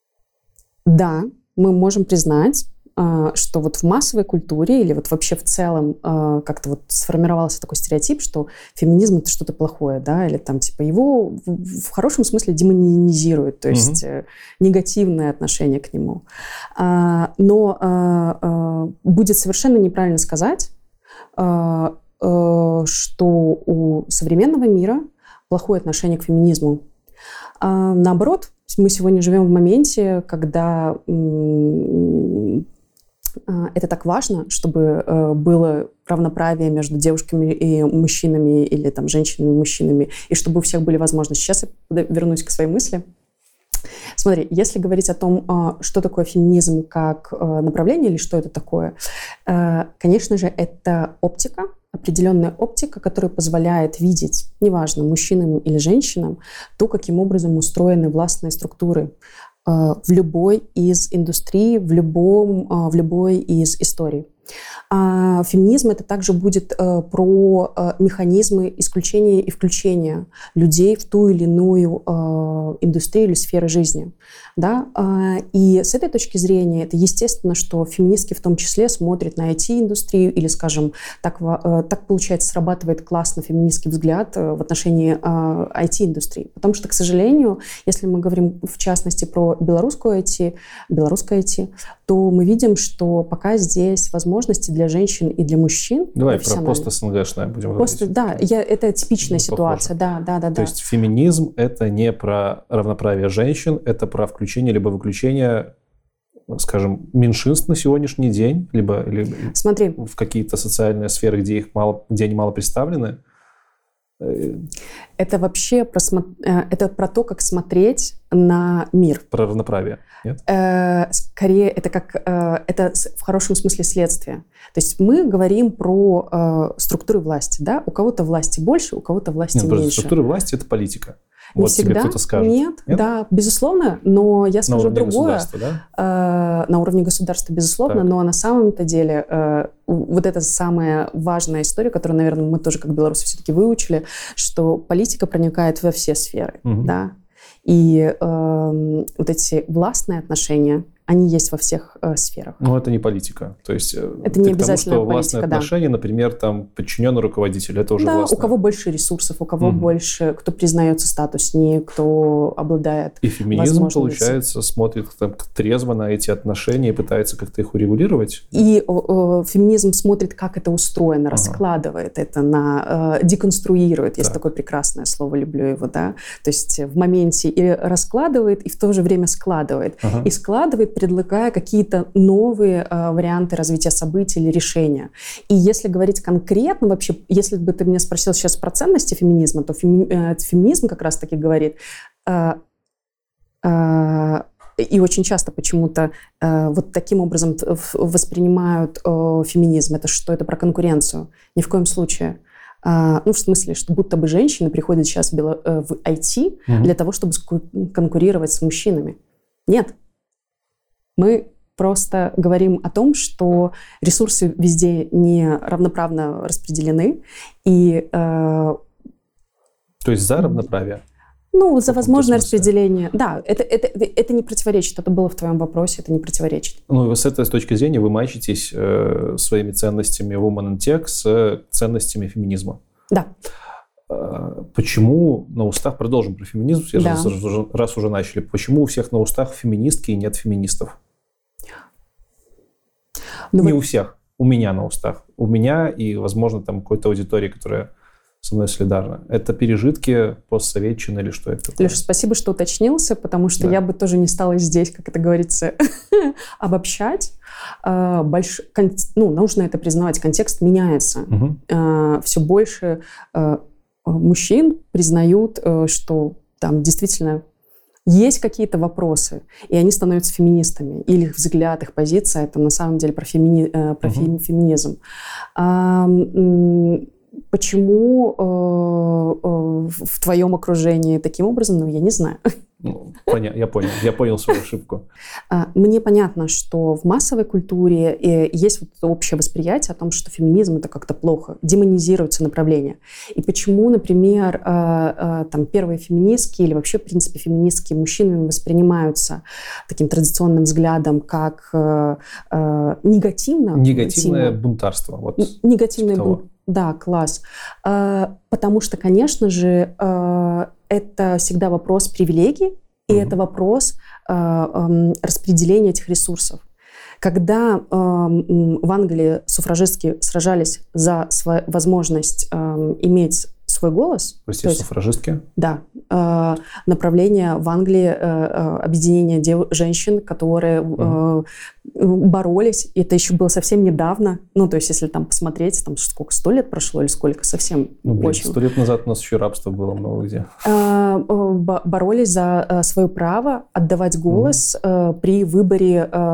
да, мы можем признать, что вот в массовой культуре или вот вообще в целом как-то вот сформировался такой стереотип, что феминизм — это что-то плохое, да, или там типа его в хорошем смысле демонизируют, то есть mm-hmm. негативное отношение к нему. Но будет совершенно неправильно сказать, что у современного мира плохое отношение к феминизму. Наоборот, мы сегодня живем в моменте, когда это так важно, чтобы было равноправие между девушками и мужчинами, или там женщинами и мужчинами, и чтобы у всех были возможности. Сейчас я вернусь к своей мысли. Смотри, если говорить о том, что такое феминизм как направление, или что это такое, конечно же, это оптика, определенная оптика, которая позволяет видеть, неважно, мужчинам или женщинам, то, каким образом устроены властные структуры в любой из индустрий, в, любом, в любой из историй. А феминизм — это также будет э, про э, механизмы исключения и включения людей в ту или иную э, индустрию или сферу жизни. Да? А, и с этой точки зрения это естественно, что феминистки в том числе смотрят на ай ти-индустрию или, скажем, так, э, так получается, срабатывает классно феминистский взгляд э, в отношении э, ай ти-индустрии. Потому что, к сожалению, если мы говорим в частности про белорусскую ай ти, белорусское ай ти, то мы видим, что пока здесь возможности для женщин и для мужчин. Давай про пост-СНГшное будем Пост, говорить. Да, я, это типичная не ситуация. Да, да, да, То да. есть феминизм — это не про равноправие женщин, это про включение либо выключение, скажем, меньшинств на сегодняшний день, либо, либо Смотри. в какие-то социальные сферы, где, их мало, где они мало представлены. Это вообще про, это про то, как смотреть на мир. Про равноправие, нет? Скорее, это как это в хорошем смысле следствие. То есть мы говорим про структуры власти. Да? У кого-то власти больше, у кого-то власти нет, меньше. Структуры власти — это политика. Не вот всегда. Тебе кто-то скажет. Нет, нет, да, безусловно, но я скажу на уровне другое. Государства, да? Э, на уровне государства, безусловно, так. Но на самом-то деле э, вот это самая важная история, которую, наверное, мы тоже как белорусы все-таки выучили, что политика проникает во все сферы, угу. да, и э, вот эти властные отношения, они есть во всех э, сферах. Но это не политика. То есть это не обязательно потому, что властные политика, отношения, да. например, там подчиненный руководитель, это уже да, властное. У кого больше ресурсов, у кого угу. больше, кто признается статуснее, кто обладает И феминизм, получается, смотрит там, трезво на эти отношения и пытается как-то их урегулировать. И о, о, феминизм смотрит, как это устроено, ага. раскладывает это, на, э, деконструирует. Есть так. такое прекрасное слово, люблю его, да. То есть в моменте и раскладывает, и в то же время складывает. Ага. И складывает, предлагая какие-то новые э, варианты развития событий или решения. И если говорить конкретно вообще, если бы ты меня спросил сейчас про ценности феминизма, то феми, э, феминизм как раз-таки говорит... Э, э, и очень часто почему-то э, вот таким образом воспринимают э, феминизм. Это что? Это про конкуренцию. Ни в коем случае. Э, ну, в смысле, что будто бы женщины приходят сейчас в, бело, э, в ай ти mm-hmm. для того, чтобы конкурировать с мужчинами. Нет. Мы просто говорим о том, что ресурсы везде не равноправно распределены. И, э, То есть за равноправие? Ну, за возможное распределение. Да, это, это, это не противоречит. Это было в твоем вопросе, это не противоречит. Ну, с этой с точки зрения вы мачитесь э, своими ценностями Woman in Tech с ценностями феминизма. Да. Э, почему на устах, продолжим про феминизм, да. раз, раз уже начали, почему у всех на устах феминистки и нет феминистов? Ну, не вот... у всех, у меня на устах. У меня и, возможно, там какой-то аудитории, которая... со мной солидарно. Это пережитки постсоветчины или что это такое? Леша, спасибо, что уточнился, потому что да. я бы тоже не стала здесь, как это говорится, обобщать. Больш... Ну, нужно это признавать, контекст меняется. Угу. Все больше мужчин признают, что там действительно есть какие-то вопросы, и они становятся феминистами. Или их взгляд, их позиция, это на самом деле про, фемини... про угу. феминизм. Почему э, э, в твоем окружении таким образом, ну, я не знаю. Ну, понятно, я понял, я понял свою ошибку. Мне понятно, что в массовой культуре есть вот это общее восприятие о том, что феминизм — это как-то плохо, демонизируется направление. И почему, например, там, первые феминистки или вообще, в принципе, феминистские мужчинами воспринимаются таким традиционным взглядом как негативно. Негативное бунтарство. Вот, негативное бунтарство. Да, класс. Потому что, конечно же, это всегда вопрос привилегий, и mm-hmm. это вопрос распределения этих ресурсов. Когда в Англии суфражистки сражались за свою возможность иметь свой голос... Прости, есть, суфражистки? Да. э, направление в Англии, э, э, объединение дев- женщин, которые э, mm-hmm. боролись. И это еще было совсем недавно. Ну, то есть, если там посмотреть, там сколько, сто лет прошло или сколько, совсем ну, блин, очень. Сто лет назад у нас еще рабство было много где. Э, боролись за э, свое право отдавать голос mm-hmm. э, при выборе э,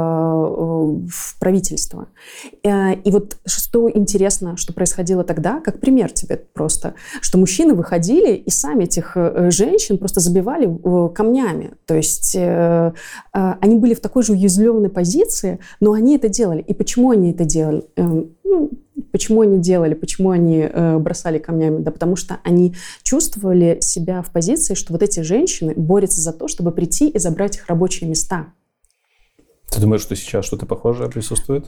в правительство. Э, и вот что интересно, что происходило тогда, как пример тебе просто, что мужчины выходили и сами этих э, женщин просто забивали э, камнями. То есть э, э, они были в такой же уязвленной позиции, но они это делали. И почему они это делали? Э, ну, почему они делали, почему они э, бросали камнями? Да потому что они чувствовали себя в позиции, что вот эти женщины борются за то, чтобы прийти и забрать их рабочие места. Ты думаешь, что сейчас что-то похожее присутствует?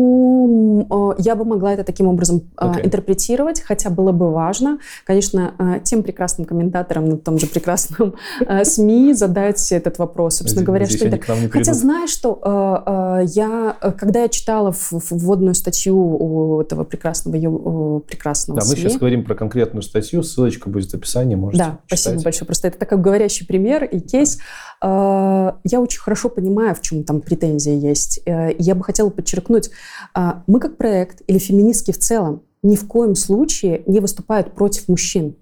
Ну, я бы могла это таким образом okay. интерпретировать, хотя было бы важно, конечно, тем прекрасным комментаторам на том же прекрасном СМИ задать этот вопрос. Собственно говоря, что это... Хотя знаешь, что я, когда я читала вводную статью этого прекрасного, ее прекрасного да, СМИ... мы сейчас говорим про конкретную статью, ссылочка будет в описании, можете Да, читать. Спасибо большое. Просто это такой говорящий пример и кейс. Я очень хорошо понимаю, в чем там претензия есть. Я бы хотела подчеркнуть, мы как проект или феминистки в целом ни в коем случае не выступают против мужчин.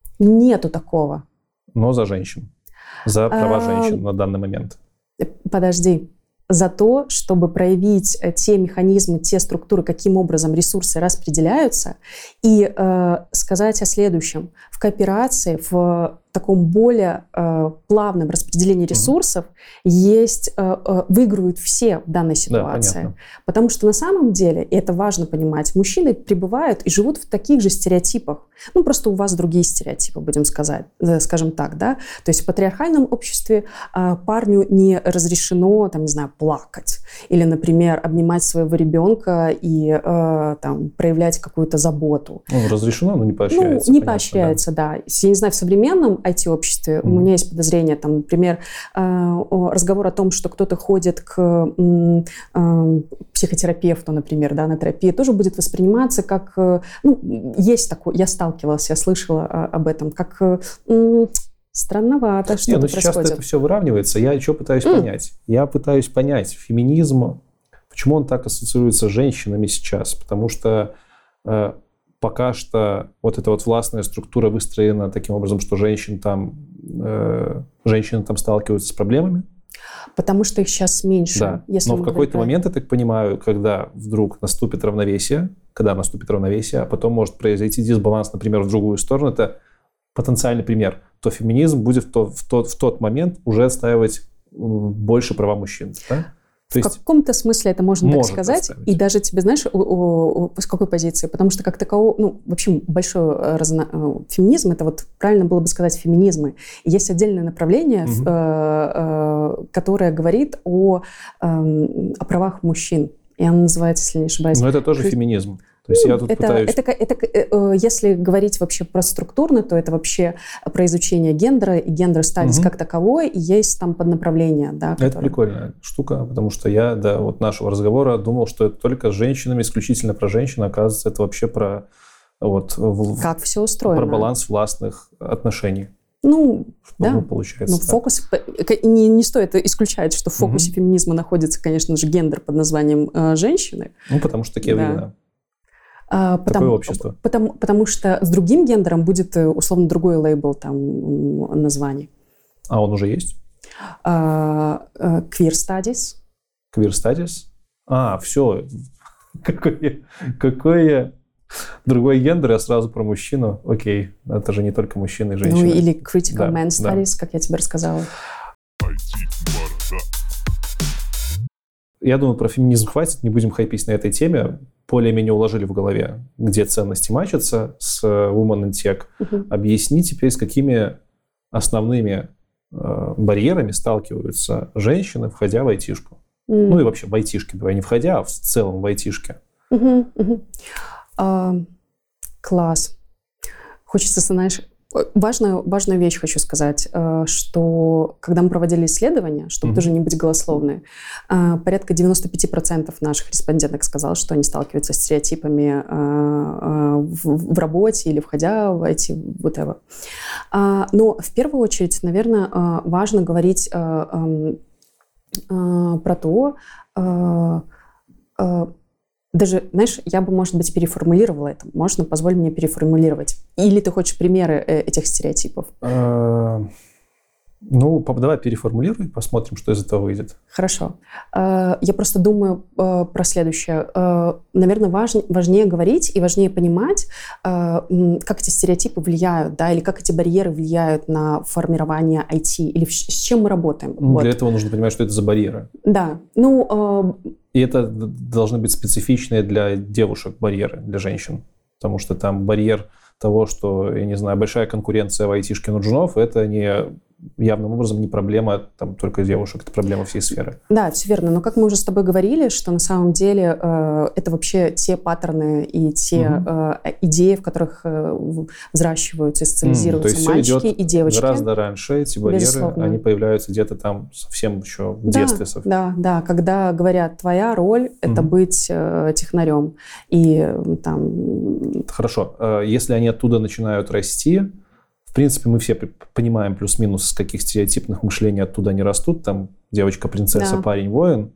Нету такого. Но за женщин. За права а... женщин на данный момент. Подожди. За то, чтобы проявить те механизмы, те структуры, каким образом ресурсы распределяются, и э, сказать о следующем. В кооперации, в таком более э, плавном распределении ресурсов mm-hmm. есть, э, э, выигрывают все в данной ситуации. Да, потому что на самом деле, и это важно понимать, мужчины пребывают и живут в таких же стереотипах. Ну, просто у вас другие стереотипы, будем сказать, э, скажем так, да. То есть в патриархальном обществе э, парню не разрешено, там, не знаю, плакать. Или, например, обнимать своего ребенка и э, там, проявлять какую-то заботу. Ну, разрешено, но не поощряется. Ну, не понятно, поощряется, да. да. Я не знаю, в современном ай ти-обществе mm-hmm. у меня есть подозрение, там, например, э, разговор о том, что кто-то ходит к э, э, психотерапевту, например, да, на терапию, тоже будет восприниматься как... Э, ну, есть такое, я сталкивалась, я слышала э, об этом, как... Э, Странновато, что Не, ну сейчас происходит. Это все выравнивается. Я что пытаюсь mm. понять? Я пытаюсь понять феминизм, почему он так ассоциируется с женщинами сейчас. Потому что э, пока что вот эта вот властная структура выстроена таким образом, что женщин там, э, женщины там сталкиваются с проблемами. Потому что их сейчас меньше. Да. Если Но в какой-то про... момент, я так понимаю, когда вдруг наступит равновесие, когда наступит равновесие, а потом может произойти дисбаланс, например, в другую сторону, это потенциальный пример, то феминизм будет в тот, в тот, в тот момент уже отстаивать больше права мужчин. Да? То в есть каком-то смысле это можно так сказать. Отставить. И даже тебе, знаешь, у, у, у, с какой позиции? Потому что как такового, ну, в общем, большой разно... феминизм, это вот правильно было бы сказать феминизмы. И есть отдельное направление, угу. э, э, которое говорит о, э, о правах мужчин. И оно называется, если не ошибаюсь... Но это тоже Фи... феминизм. То есть я тут это, пытаюсь... это, это, это, если говорить вообще про структурно, то это вообще про изучение гендера и гендер-стадис угу. как таковое, и есть там поднаправление. Да, это которые... прикольная штука, потому что я до вот нашего разговора думал, что это только с женщинами, исключительно про женщин, оказывается, это вообще про, вот, как все устроено. Про баланс властных отношений. Ну, что, да. Ну, получается. Ну, фокус... Не, не стоит исключать, что в фокусе угу. феминизма находится, конечно же, гендер под названием э, женщины. Ну, потому что такие да. времена. А, Такое потому, общество. Потому, потому что с другим гендером будет условно другой лейбл там названий. А он уже есть? А, а, Queer Studies. Queer Studies? А, все. Какой, какой другой гендер, я сразу про мужчину. Окей, это же не только мужчины и женщины. Ну или Critical да, Man Studies, да. как я тебе рассказала. Я думаю, про феминизм хватит, не будем хайпить на этой теме. Более-менее уложили в голове, где ценности матчатся с Women in Tech. Uh-huh. Объясни теперь, с какими основными э, барьерами сталкиваются женщины, входя в айтишку. Mm. Ну и вообще в айтишке, давай не входя, а в целом в айтишке. Uh-huh, uh-huh. Uh, класс. Хочется, знаешь, Важную, важную вещь хочу сказать, что когда мы проводили исследования, чтобы mm-hmm. тоже не быть голословной, порядка девяносто пять процентов наших респонденток сказал, что они сталкиваются с стереотипами в, в работе или входя в ай ти, whatever. Но в первую очередь, наверное, важно говорить про то, даже, знаешь, я бы, может быть, переформулировала это. Можно, позволь мне переформулировать. Или ты хочешь примеры этих стереотипов? Ну, давай переформулируй, посмотрим, что из этого выйдет. Хорошо. Я просто думаю про следующее. Наверное, важнее, важнее говорить и важнее понимать, как эти стереотипы влияют, да, или как эти барьеры влияют на формирование ай ти, или с чем мы работаем. Для вот. этого нужно понимать, что это за барьеры. Да. Ну... И это должны быть специфичные для девушек барьеры, для женщин. Потому что там барьер того, что, я не знаю, большая конкуренция в айтишке на джунов, это не, явным образом не проблема там, только девушек, это проблема всей сферы. Да, все верно. Но как мы уже с тобой говорили, что на самом деле э, это вообще те паттерны и те угу. э, идеи, в которых э, взращиваются и социализируются mm, мальчики и девочки. Гораздо раньше эти барьеры, Безусловно. они появляются где-то там совсем еще в да, детстве. Да, да, когда говорят, твоя роль – это угу. быть э, технарем. И там... Хорошо. Если они оттуда начинают расти, в принципе, мы все понимаем плюс-минус, с каких стереотипных мышлений оттуда они растут. Там девочка-принцесса, да. парень-воин.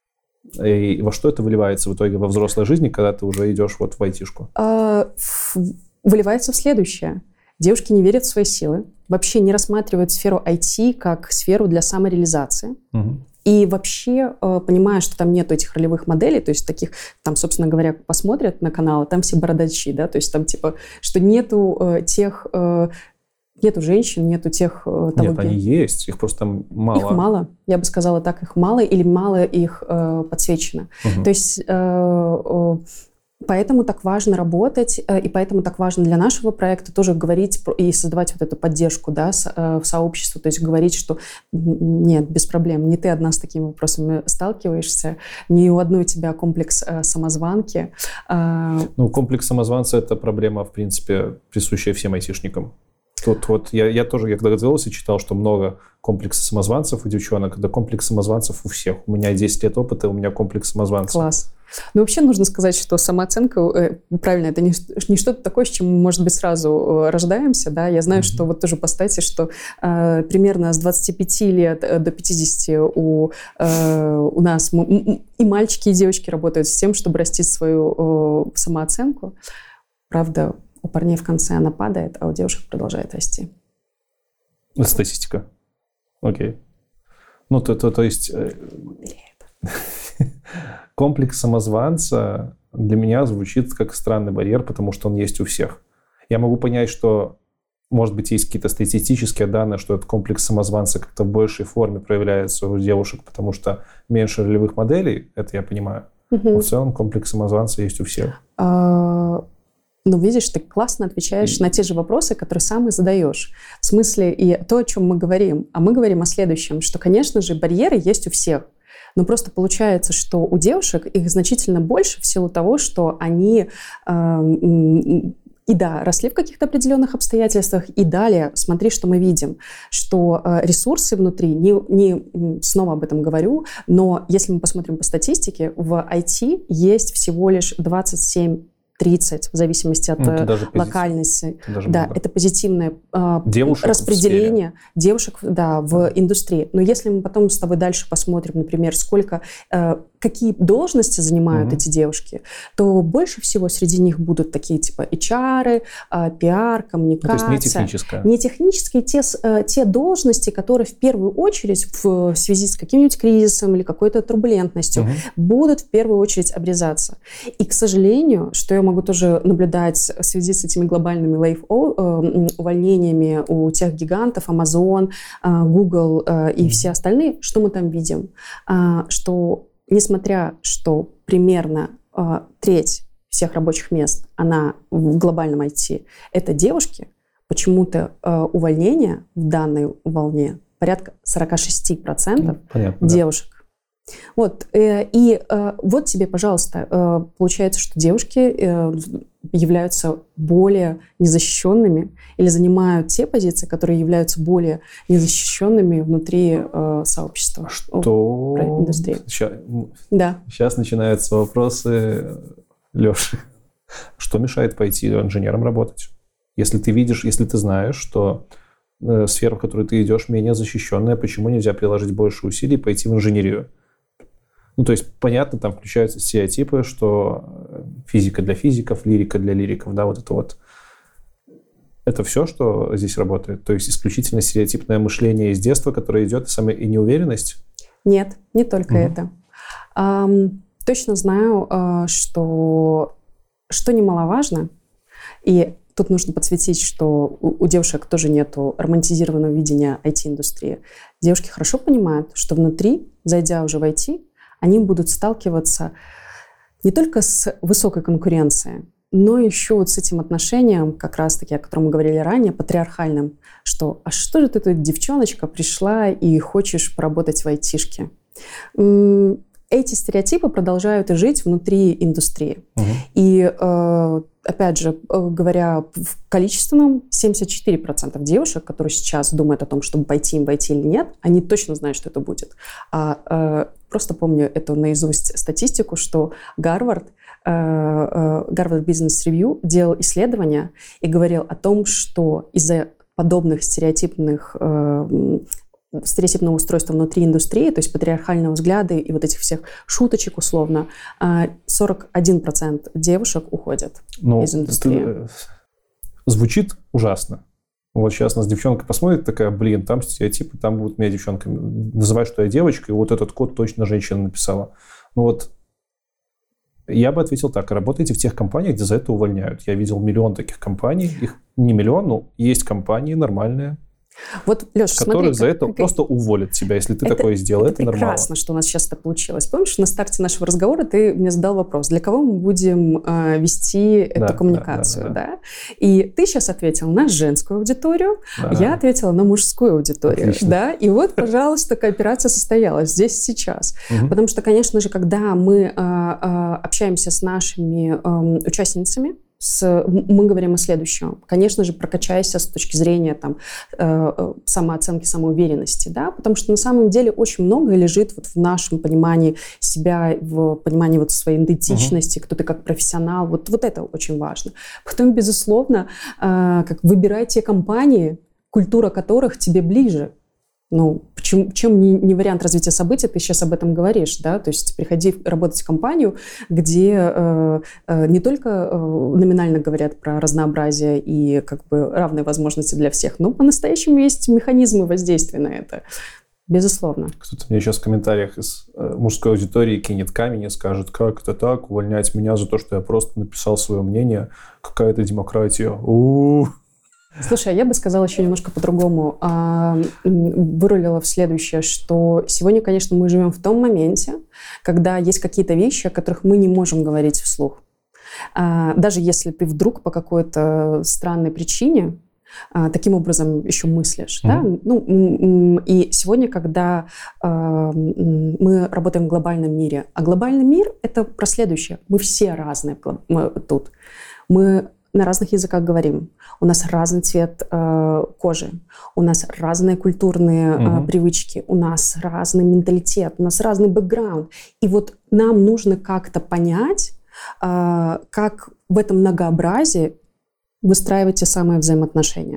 И во что это выливается в итоге во взрослой жизни, когда ты уже идешь вот в айтишку? А, выливается в следующее. Девушки не верят в свои силы, вообще не рассматривают сферу ай ти как сферу для самореализации. Угу. И вообще, понимая, что там нету этих ролевых моделей, то есть таких, там, собственно говоря, посмотрят на канал, там все бородачи, да, то есть там типа, что нету э, тех, э, нету женщин, нету тех... Э, того, Нет, они есть, их просто мало. Их мало, я бы сказала так, их мало или мало их э, подсвечено. Угу. То есть... Э, э, Поэтому так важно работать, и поэтому так важно для нашего проекта тоже говорить и создавать вот эту поддержку, да, в сообществе, то есть говорить, что нет, без проблем, не ты одна с такими вопросами сталкиваешься, не у одной у тебя комплекс самозванки. Ну, комплекс самозванца – это проблема, в принципе, присущая всем айтишникам. Тут вот я, я тоже, я когда готовился, читал, что много комплекса самозванцев у девчонок, да комплекс самозванцев у всех. У меня десять лет опыта, у меня комплекс самозванцев. Класс. Ну, вообще нужно сказать, что самооценка, э, правильно, это не, не что-то такое, с чем мы, может быть, сразу рождаемся, да. Я знаю, mm-hmm. что вот тоже по статье, что э, примерно с двадцати пяти лет до пятидесяти у, э, у нас м- и мальчики, и девочки работают с тем, чтобы растить свою э, самооценку. Правда, у парней в конце она падает, а у девушек продолжает расти. Статистика. Окей. Ну, то, то, то есть... Комплекс самозванца для меня звучит как странный барьер, потому что он есть у всех. Я могу понять, что, может быть, есть какие-то статистические данные, что этот комплекс самозванца как-то в большей форме проявляется у девушек, потому что меньше ролевых моделей, это я понимаю. Угу. Но в целом комплекс самозванца есть у всех. А... Ну, видишь, ты классно отвечаешь на те же вопросы, которые сам и задаешь. В смысле, и то, о чем мы говорим. А мы говорим о следующем, что, конечно же, барьеры есть у всех. Но просто получается, что у девушек их значительно больше в силу того, что они... Э, и да, росли в каких-то определенных обстоятельствах, и далее, смотри, что мы видим, что э, ресурсы внутри, не, не снова об этом говорю, но если мы посмотрим по статистике, в ай ти есть всего лишь двадцать семь тридцать, в зависимости от ну, локальности. Это да, много. Это позитивное э, распределение девушек да, в да. индустрии. Но если мы потом с тобой дальше посмотрим, например, сколько, э, какие должности занимают угу. эти девушки, то больше всего среди них будут такие типа эйч ар, э, пиар, коммуникация. Ну, то есть не техническая. Не технические, те, э, те должности, которые в первую очередь в, в связи с каким-нибудь кризисом или какой-то турбулентностью угу. будут в первую очередь обрезаться. И, к сожалению, что я могу тоже наблюдать в связи с этими глобальными лейф-увольнениями у тех гигантов, Amazon, Google и все остальные, что мы там видим? Что, несмотря что примерно треть всех рабочих мест, она в глобальном ай ти, это девушки, почему-то увольнения в данной волне порядка сорок шесть процентов Понятно, девушек. Вот, э, и э, вот тебе, пожалуйста, э, получается, что девушки э, являются более незащищенными или занимают те позиции, которые являются более незащищенными внутри э, сообщества. Что? О, индустрии. Сейчас, да. Сейчас начинаются вопросы, Леша. Что мешает пойти инженером работать? Если ты видишь, если ты знаешь, что э, сфера, в которую ты идешь, менее защищенная, почему нельзя приложить больше усилий и пойти в инженерию? Ну, то есть, понятно, там включаются стереотипы, что физика для физиков, лирика для лириков, да, вот это вот. Это все, что здесь работает? То есть, исключительно стереотипное мышление из детства, которое идет, и неуверенность? Нет, не только угу. это. Эм, точно знаю, э, что, что немаловажно, и тут нужно подсветить, что у, у девушек тоже нету романтизированного видения ай ти-индустрии. Девушки хорошо понимают, что внутри, зайдя уже в ай ти, они будут сталкиваться не только с высокой конкуренцией, но еще вот с этим отношением, как раз-таки, о котором мы говорили ранее, патриархальным, что «а что же ты тут, девчоночка, пришла и хочешь поработать в айтишке?» Эти стереотипы продолжают и жить внутри индустрии. Угу. И, э, опять же, говоря в количественном, семьдесят четыре процента девушек, которые сейчас думают о том, чтобы пойти им в ай ти или нет, они точно знают, что это будет. А, э, просто помню эту наизусть статистику, что Гарвард, э, э, Гарвард Business Review делал исследования и говорил о том, что из-за подобных стереотипных э, стереотипного устройства внутри индустрии, то есть патриархального взгляда и вот этих всех шуточек условно, сорок один процент девушек уходят ну, из индустрии. Звучит ужасно. Вот сейчас нас девчонка посмотрит, такая, блин, там стереотипы, там будут меня девчонками называть, что я девочка, и вот этот код точно женщина написала. Ну вот я бы ответил так, работайте в тех компаниях, где за это увольняют. Я видел миллион таких компаний, их не миллион, но есть компании нормальные, вот, Леша, которые смотри, за как, это как... просто уволят тебя, если ты это, такое сделал. Это, это прекрасно, нормально. Что у нас сейчас так получилось. Помнишь, на старте нашего разговора ты мне задал вопрос, для кого мы будем э, вести да, эту коммуникацию, да, да, да. да? И ты сейчас ответил на женскую аудиторию, да. Я ответила на мужскую аудиторию. Отлично. Да? И вот, пожалуйста, кооперация состоялась здесь сейчас. Угу. Потому что, конечно же, когда мы э, э, общаемся с нашими э, участницами, С, мы говорим о следующем. Конечно же, прокачайся с точки зрения там, э, самооценки, самоуверенности, да? Потому что на самом деле очень многое лежит вот в нашем понимании себя, в понимании вот своей идентичности, uh-huh. кто ты как профессионал. Вот, вот это очень важно. Потом, безусловно, э, как выбирай те компании, культура которых тебе ближе. Ну, почему, чем не, не вариант развития событий, ты сейчас об этом говоришь, да, то есть приходи работать в компанию, где э, э, не только э, номинально говорят про разнообразие и как бы равные возможности для всех, но по-настоящему есть механизмы воздействия на это, безусловно. Кто-то мне сейчас в комментариях из э, мужской аудитории кинет камень и скажет, как это так, увольнять меня за то, что я просто написал свое мнение, какая-то демократия, у-у-у. Слушай, я бы сказала еще немножко по-другому. Вырулила в следующее, что сегодня, конечно, мы живем в том моменте, когда есть какие-то вещи, о которых мы не можем говорить вслух. Даже если ты вдруг по какой-то странной причине таким образом еще мыслишь. Mm-hmm. Да? Ну, и сегодня, когда мы работаем в глобальном мире, а глобальный мир — это про следующее. Мы все разные тут. Мы на разных языках говорим. У нас разный цвет э, кожи, у нас разные культурные э, привычки, у нас разный менталитет, у нас разный бэкграунд. И вот нам нужно как-то понять, э, как в этом многообразии выстраивать те самые взаимоотношения.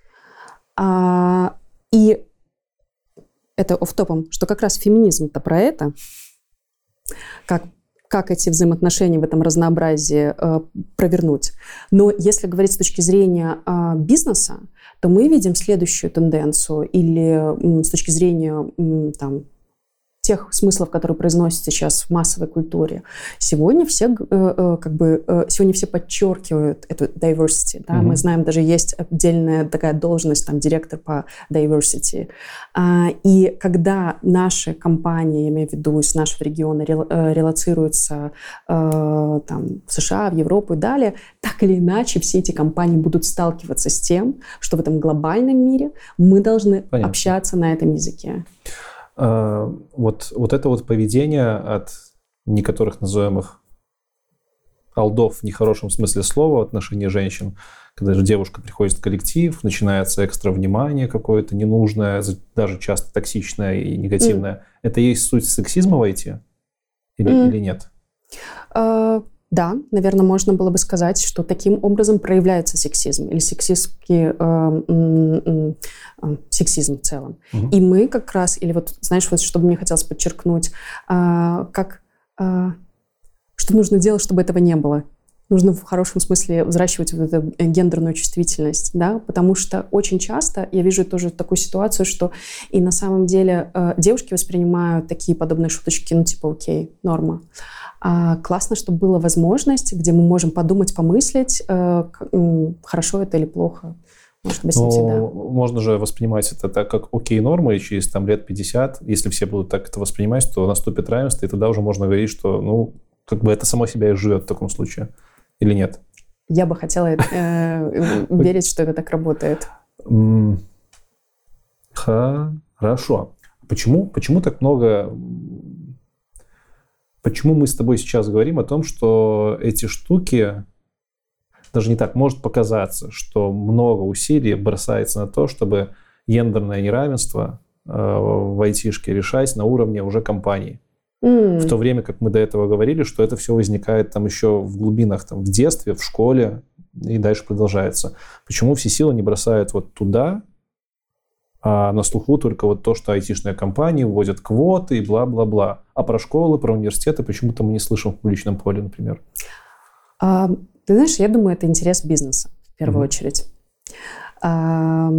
А, и это офф-топом, что как раз феминизм-то про это, как как эти взаимоотношения в этом разнообразии э, провернуть. Но если говорить с точки зрения э, бизнеса, то мы видим следующую тенденцию, или э, с точки зрения э, там, тех смыслов, которые произносятся сейчас в массовой культуре. Сегодня все, э, э, как бы, э, сегодня все подчеркивают эту diversity. Да? Mm-hmm. Мы знаем, даже есть отдельная такая должность, там, директор по diversity. А, и когда наши компании, я имею в виду из нашего региона, рел, э, релоцируются э, там, в США, в Европу и далее, так или иначе все эти компании будут сталкиваться с тем, что в этом глобальном мире мы должны Понятно. Общаться на этом языке. А, вот, вот это вот поведение от некоторых называемых олдов в нехорошем смысле слова в отношении женщин, когда же девушка приходит в коллектив, начинается экстра внимание какое-то ненужное, даже часто токсичное и негативное. Mm. Это и есть суть сексизма в ай ти? Или, mm. или нет? Uh... Да, наверное, можно было бы сказать, что таким образом проявляется сексизм или сексистский э, э, э, сексизм в целом. Угу. И мы как раз, или вот, знаешь, вот что бы мне хотелось подчеркнуть, э, как, э, что нужно делать, чтобы этого не было. Нужно в хорошем смысле взращивать вот эту гендерную чувствительность, да, потому что очень часто я вижу тоже такую ситуацию, что и на самом деле э, девушки воспринимают такие подобные шуточки, ну типа окей, норма. А классно, чтобы была возможность, где мы можем подумать, помыслить, э, хорошо это или плохо. Может объяснить, ну, да. Можно же воспринимать это так, как окей, норма, и через там, лет пятьдесят, если все будут так это воспринимать, то наступит равенство, и тогда уже можно говорить, что ну, как бы это само себя и живет в таком случае. Или нет? Я бы хотела э, верить, что это так работает. Хорошо. Почему, почему так много... Почему мы с тобой сейчас говорим о том, что эти штуки, даже не так, может показаться, что много усилий бросается на то, чтобы гендерное неравенство э, в айтишке решать на уровне уже компании. Mm. В то время, как мы до этого говорили, что это все возникает там еще в глубинах, там, в детстве, в школе и дальше продолжается. Почему все силы не бросают вот туда, а на слуху только вот то, что айтишные компании вводят квоты и бла-бла-бла. А про школы, про университеты почему-то мы не слышим в публичном поле, например. А, ты знаешь, я думаю, это интерес бизнеса в первую mm-hmm. очередь. А,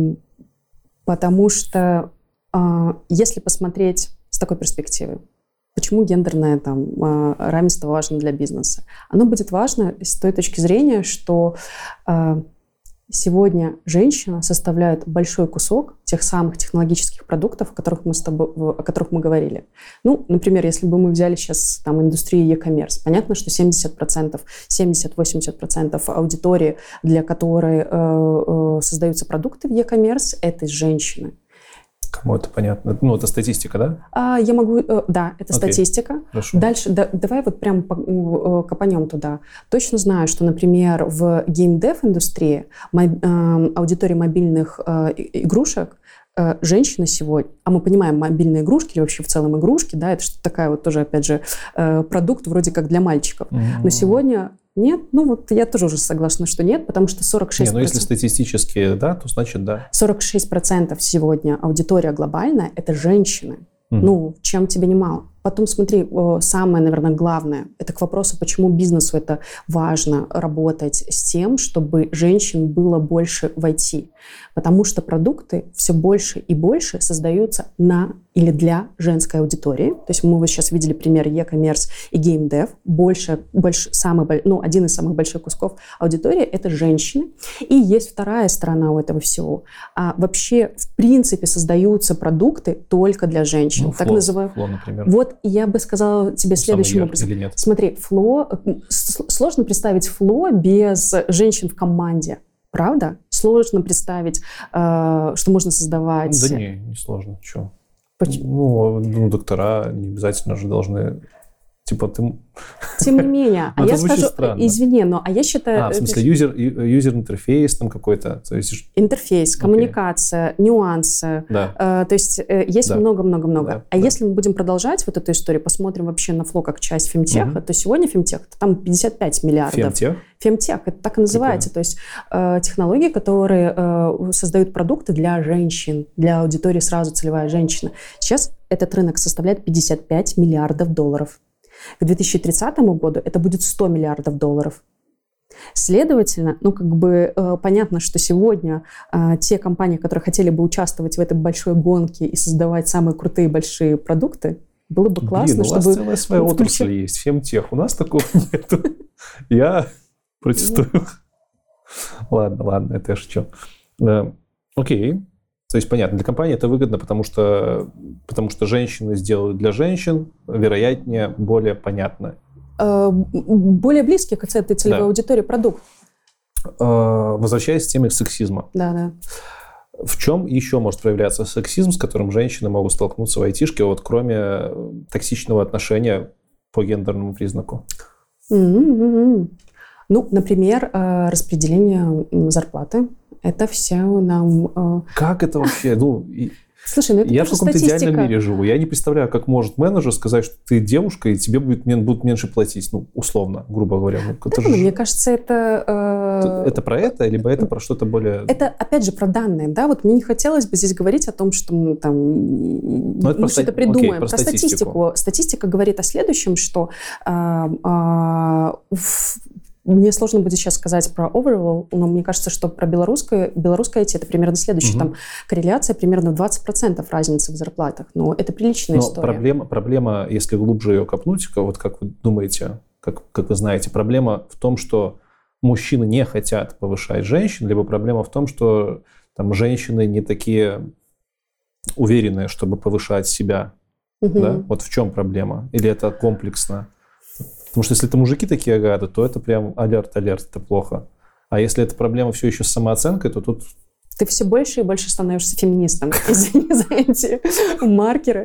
потому что а, если посмотреть с такой перспективы, почему гендерное там, равенство важно для бизнеса? Оно будет важно с той точки зрения, что а, сегодня женщина составляет большой кусок тех самых технологических продуктов, о которых мы, с тобой, о которых мы говорили. Ну, например, если бы мы взяли сейчас там, индустрию e-commerce, понятно, что семьдесят процентов, семьдесят-восемьдесят процентов аудитории, для которой э, э, создаются продукты в e-commerce, это женщины. Кому это понятно? Ну, это статистика, да? А, я могу... Э, да, это okay. статистика. Хорошо. Дальше, да, давай вот прям по, копанем туда. Точно знаю, что, например, в геймдев-индустрии моб, э, аудитория мобильных э, игрушек э, женщины сегодня... А мы понимаем, мобильные игрушки или вообще в целом игрушки, да, это что-то такая вот тоже, опять же, э, продукт вроде как для мальчиков. Mm-hmm. Но сегодня... Нет? Ну вот я тоже уже согласна, что нет, потому что сорок шесть процентов... Не, ну если статистически да, то значит да. сорок шесть процентов сегодня аудитория глобальная – это женщины. Mm-hmm. Ну, чем тебе не мало? Потом смотри, самое, наверное, главное, это к вопросу, почему бизнесу это важно работать с тем, чтобы женщин было больше в ай ти. Потому что продукты все больше и больше создаются на или для женской аудитории. То есть мы вот сейчас видели пример e-commerce и геймдев. Больше, больше, самый, ну, один из самых больших кусков аудитории – это женщины. И есть вторая сторона у этого всего. А вообще, в принципе, создаются продукты только для женщин. Ну, так Фло, называемые. Фло, например. Вот я бы сказала тебе следующим Самый образом. Или нет? Смотри, Фло, сложно представить Фло без женщин в команде. Правда? Сложно представить, э, что можно создавать... Да не, не сложно. Чего? Ну, ну, доктора не обязательно же должны... Типа ты... Тем не менее. А я скажу, извини, но а я считаю... А, в смысле, юзер, юзер-интерфейс там какой-то? То есть... Интерфейс, коммуникация, okay. нюансы. Да. Э, то есть э, есть да. много-много-много. Да. А да. если мы будем продолжать вот эту историю, посмотрим вообще на Фло как часть фемтеха, угу. то сегодня фемтех, там пятьдесят пять миллиардов. Фемтех? Фемтех, это так и называется. Прикольно. То есть э, технологии, которые э, создают продукты для женщин, для аудитории сразу целевая женщина. Сейчас этот рынок составляет пятьдесят пять миллиардов долларов. К две тысячи тридцатому году это будет сто миллиардов долларов. Следовательно, ну как бы э, понятно, что сегодня э, те компании, которые хотели бы участвовать в этой большой гонке и создавать самые крутые большие продукты, было бы классно, Блин, чтобы... у вас целая своя отрасль есть, фемтех. У нас такого нет. Я протестую. Ладно, ладно, это я шучу. Окей. То есть, понятно, для компании это выгодно, потому что, потому что женщины сделают для женщин, вероятнее, более понятно. Более близкий к этой целевой да. аудитории продукт. Возвращаясь к теме сексизма. Да, да. В чем еще может проявляться сексизм, с которым женщины могут столкнуться в айтишке, вот кроме токсичного отношения по гендерному признаку? Mm-hmm. Ну, например, распределение зарплаты. Это все нам... Как это вообще? Ну, Слушай, ну это я в каком-то статистика. идеальном мире живу. Я не представляю, как может менеджер сказать, что ты девушка, и тебе будет, будут меньше платить. Ну, условно, грубо говоря. Ну, да, же... Мне кажется, это... Э... Это про это, либо это про что-то более... Это, опять же, про данные. Да? Вот мне не хотелось бы здесь говорить о том, что мы, там, мы что-то ста... придумаем. Окей, про, про статистику. статистику. Статистика говорит о следующем, что... А, а, в... Мне сложно будет сейчас сказать про overall, но мне кажется, что про белорусское, белорусское ай ти это примерно следующее. Угу. Там корреляция примерно двадцать процентов разницы в зарплатах. Но это приличная но история. Проблема, проблема, если глубже ее копнуть, вот как вы думаете, как, как вы знаете, проблема в том, что мужчины не хотят повышать женщин, либо проблема в том, что там, женщины не такие уверенные, чтобы повышать себя. Угу. Да? Вот в чем проблема? Или это комплексно? Потому что если это мужики такие гады, то это прям алерт-алерт, это плохо. А если эта проблема все еще с самооценкой, то тут... Ты все больше и больше становишься феминистом, извини за эти маркеры.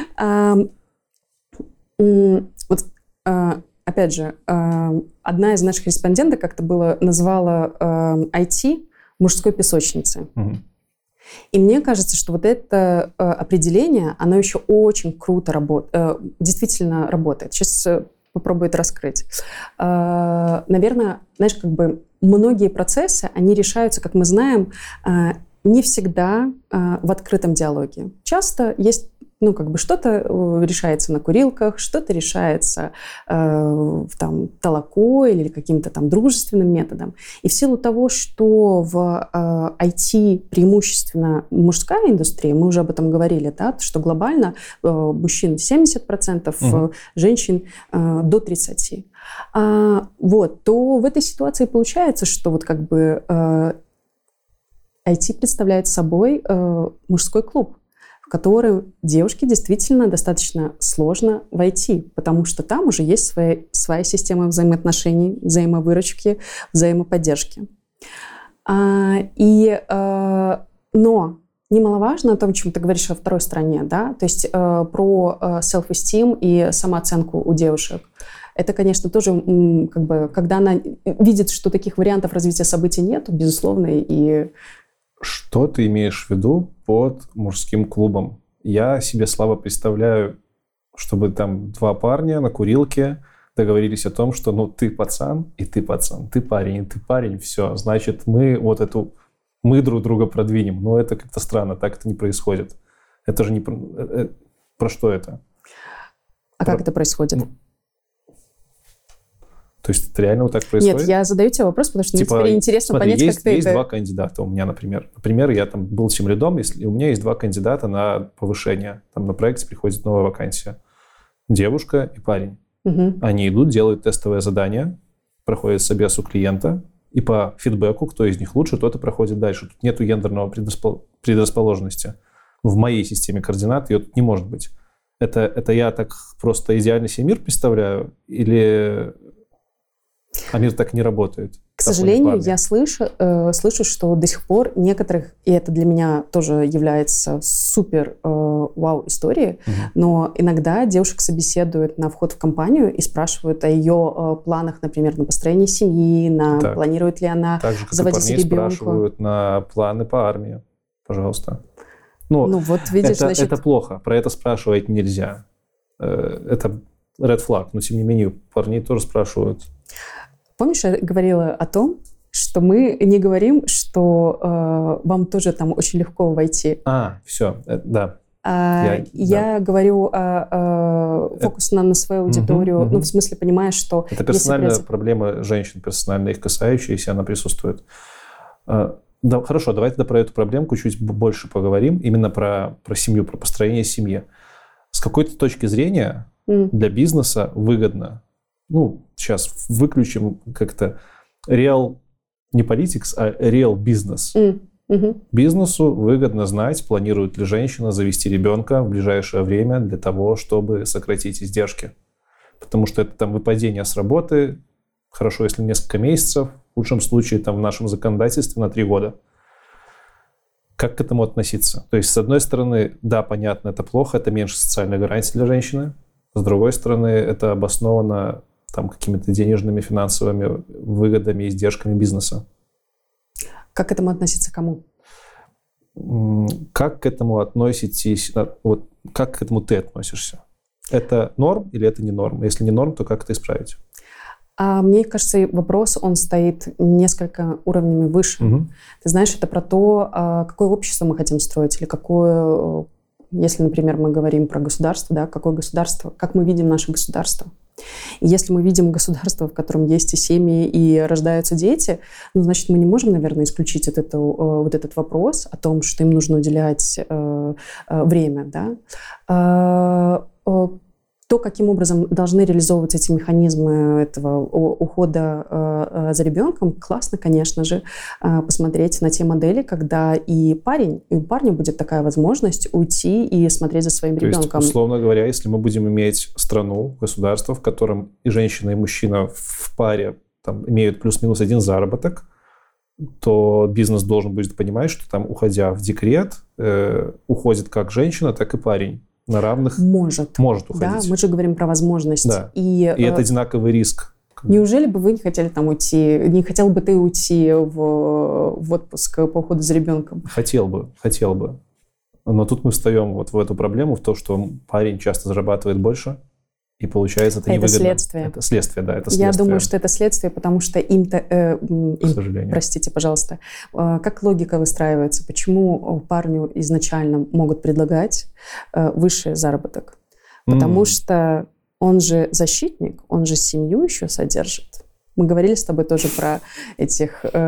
Вот, опять же, одна из наших респонденток как-то было назвала ай ти мужской песочницей. И мне кажется, что вот это определение, оно еще очень круто работает, действительно работает. Сейчас... попробует раскрыть. Наверное, знаешь, как бы многие процессы, они решаются, как мы знаем, не всегда в открытом диалоге. Часто есть, ну, как бы что-то решается на курилках, что-то решается э, там, толокой или каким-то там дружественным методом. И в силу того, что в э, ай ти преимущественно мужская индустрия, мы уже об этом говорили, да, что глобально э, мужчин семьдесят процентов, угу. женщин э, до тридцать процентов. А, вот, то в этой ситуации получается, что вот как бы э, ай ти представляет собой э, мужской клуб, в который девушке действительно достаточно сложно войти, потому что там уже есть своя, своя система взаимоотношений, взаимовыручки, взаимоподдержки. А, и, а, но немаловажно о том, о чем ты говоришь во второй стороне, да, то есть а, про self-esteem и самооценку у девушек. Это, конечно, тоже, как бы, когда она видит, что таких вариантов развития событий нет, безусловно, и... Что ты имеешь в виду под мужским клубом? Я себе слабо представляю, чтобы там два парня на курилке договорились о том, что ну ты пацан, и ты пацан, ты парень, и ты парень, все, значит, мы вот эту, мы друг друга продвинем. Но это как-то странно, так это не происходит. Это же не про, э, про что это? А про... как это происходит? Ну, то есть это реально вот так происходит? Нет, я задаю тебе вопрос, потому что типа, мне теперь интересно смотри, понять, есть, как ты есть это... два кандидата у меня, например. Например, я там был тимлидом, и у меня есть два кандидата на повышение. Там на проекте приходит новая вакансия. Девушка и парень. Угу. Они идут, делают тестовое задание, проходят собес у клиента, и по фидбэку, кто из них лучше, тот и проходит дальше. Тут нету гендерного предрасположенности. предрасположенности. В моей системе координат ее тут не может быть. Это, это я так просто идеальный себе мир представляю? Или... А мир так не работает. К сожалению, я слышу, э, слышу, что до сих пор некоторых, и это для меня тоже является супер э, вау историей, угу. но иногда девушек собеседуют на вход в компанию и спрашивают о ее э, планах, например, на построение семьи, на так. планирует ли она так же, как заводить и парней ребенка. Спрашивают на планы по армии, пожалуйста. Ну, ну вот видишь, это, значит... это плохо, про это спрашивать нельзя. Это red flag, но тем не менее парней тоже спрашивают. Помнишь, я говорила о том, что мы не говорим, что э, вам тоже там очень легко войти. А, все, э, да. А, я я да. говорю о, о фокусе на, на свою аудиторию, угу, ну, угу. в смысле, понимаешь, что... Это персональная если... проблема женщин, персонально их касающаяся, она присутствует. А, да, хорошо, давай тогда про эту проблемку чуть больше поговорим, именно про, про семью, про построение семьи. С какой-то точки зрения mm. для бизнеса выгодно, ну, сейчас выключим как-то real, не politics, а real business. Mm. Mm-hmm. Бизнесу выгодно знать, планирует ли женщина завести ребенка в ближайшее время для того, чтобы сократить издержки. Потому что это там выпадение с работы, хорошо, если несколько месяцев, в худшем случае там в нашем законодательстве на три года. Как к этому относиться? То есть, с одной стороны, да, понятно, это плохо, это меньше социальной гарантии для женщины. С другой стороны, это обосновано там, какими-то денежными, финансовыми выгодами, издержками бизнеса. Как к этому относиться кому? Как к этому относитесь? Вот, как к этому ты относишься? Это норм или это не норм? Если не норм, то как это исправить? А мне кажется, вопрос, он стоит несколько уровнями выше. Угу. Ты знаешь, это про то, какое общество мы хотим строить, или какое, если, например, мы говорим про государство, да, какое государство, как мы видим наше государство. И если мы видим государство, в котором есть и семьи, и рождаются дети, ну, значит, мы не можем, наверное, исключить вот, это, вот этот вопрос о том, что им нужно уделять э, э, время, да. Э, э, То, каким образом должны реализовываться эти механизмы этого ухода э, за ребенком, классно, конечно же, э, посмотреть на те модели, когда и парень, и у парня будет такая возможность уйти и смотреть за своим То ребенком. Есть, условно говоря, если мы будем иметь страну, государство, в котором и женщина, и мужчина в паре там, имеют плюс-минус один заработок, то бизнес должен будет понимать, что там, уходя в декрет, э, уходит как женщина, так и парень. На равных может. может уходить. Да, мы же говорим про возможность. Да. И, и это одинаковый риск. Неужели бы вы не хотели там уйти, не хотел бы ты уйти в, в отпуск по уходу за ребенком? Хотел бы, хотел бы. Но тут мы встаем вот в эту проблему, в то, что парень часто зарабатывает больше, и получается это, это невыгодно. Следствие. Это следствие, да, это следствие. Я думаю, что это следствие, потому что им-то... Э, им, К сожалению. Простите, пожалуйста. Э, как логика выстраивается? Почему парню изначально могут предлагать э, высший заработок? Потому mm. что он же защитник, он же семью еще содержит. Мы говорили с тобой тоже про этих э,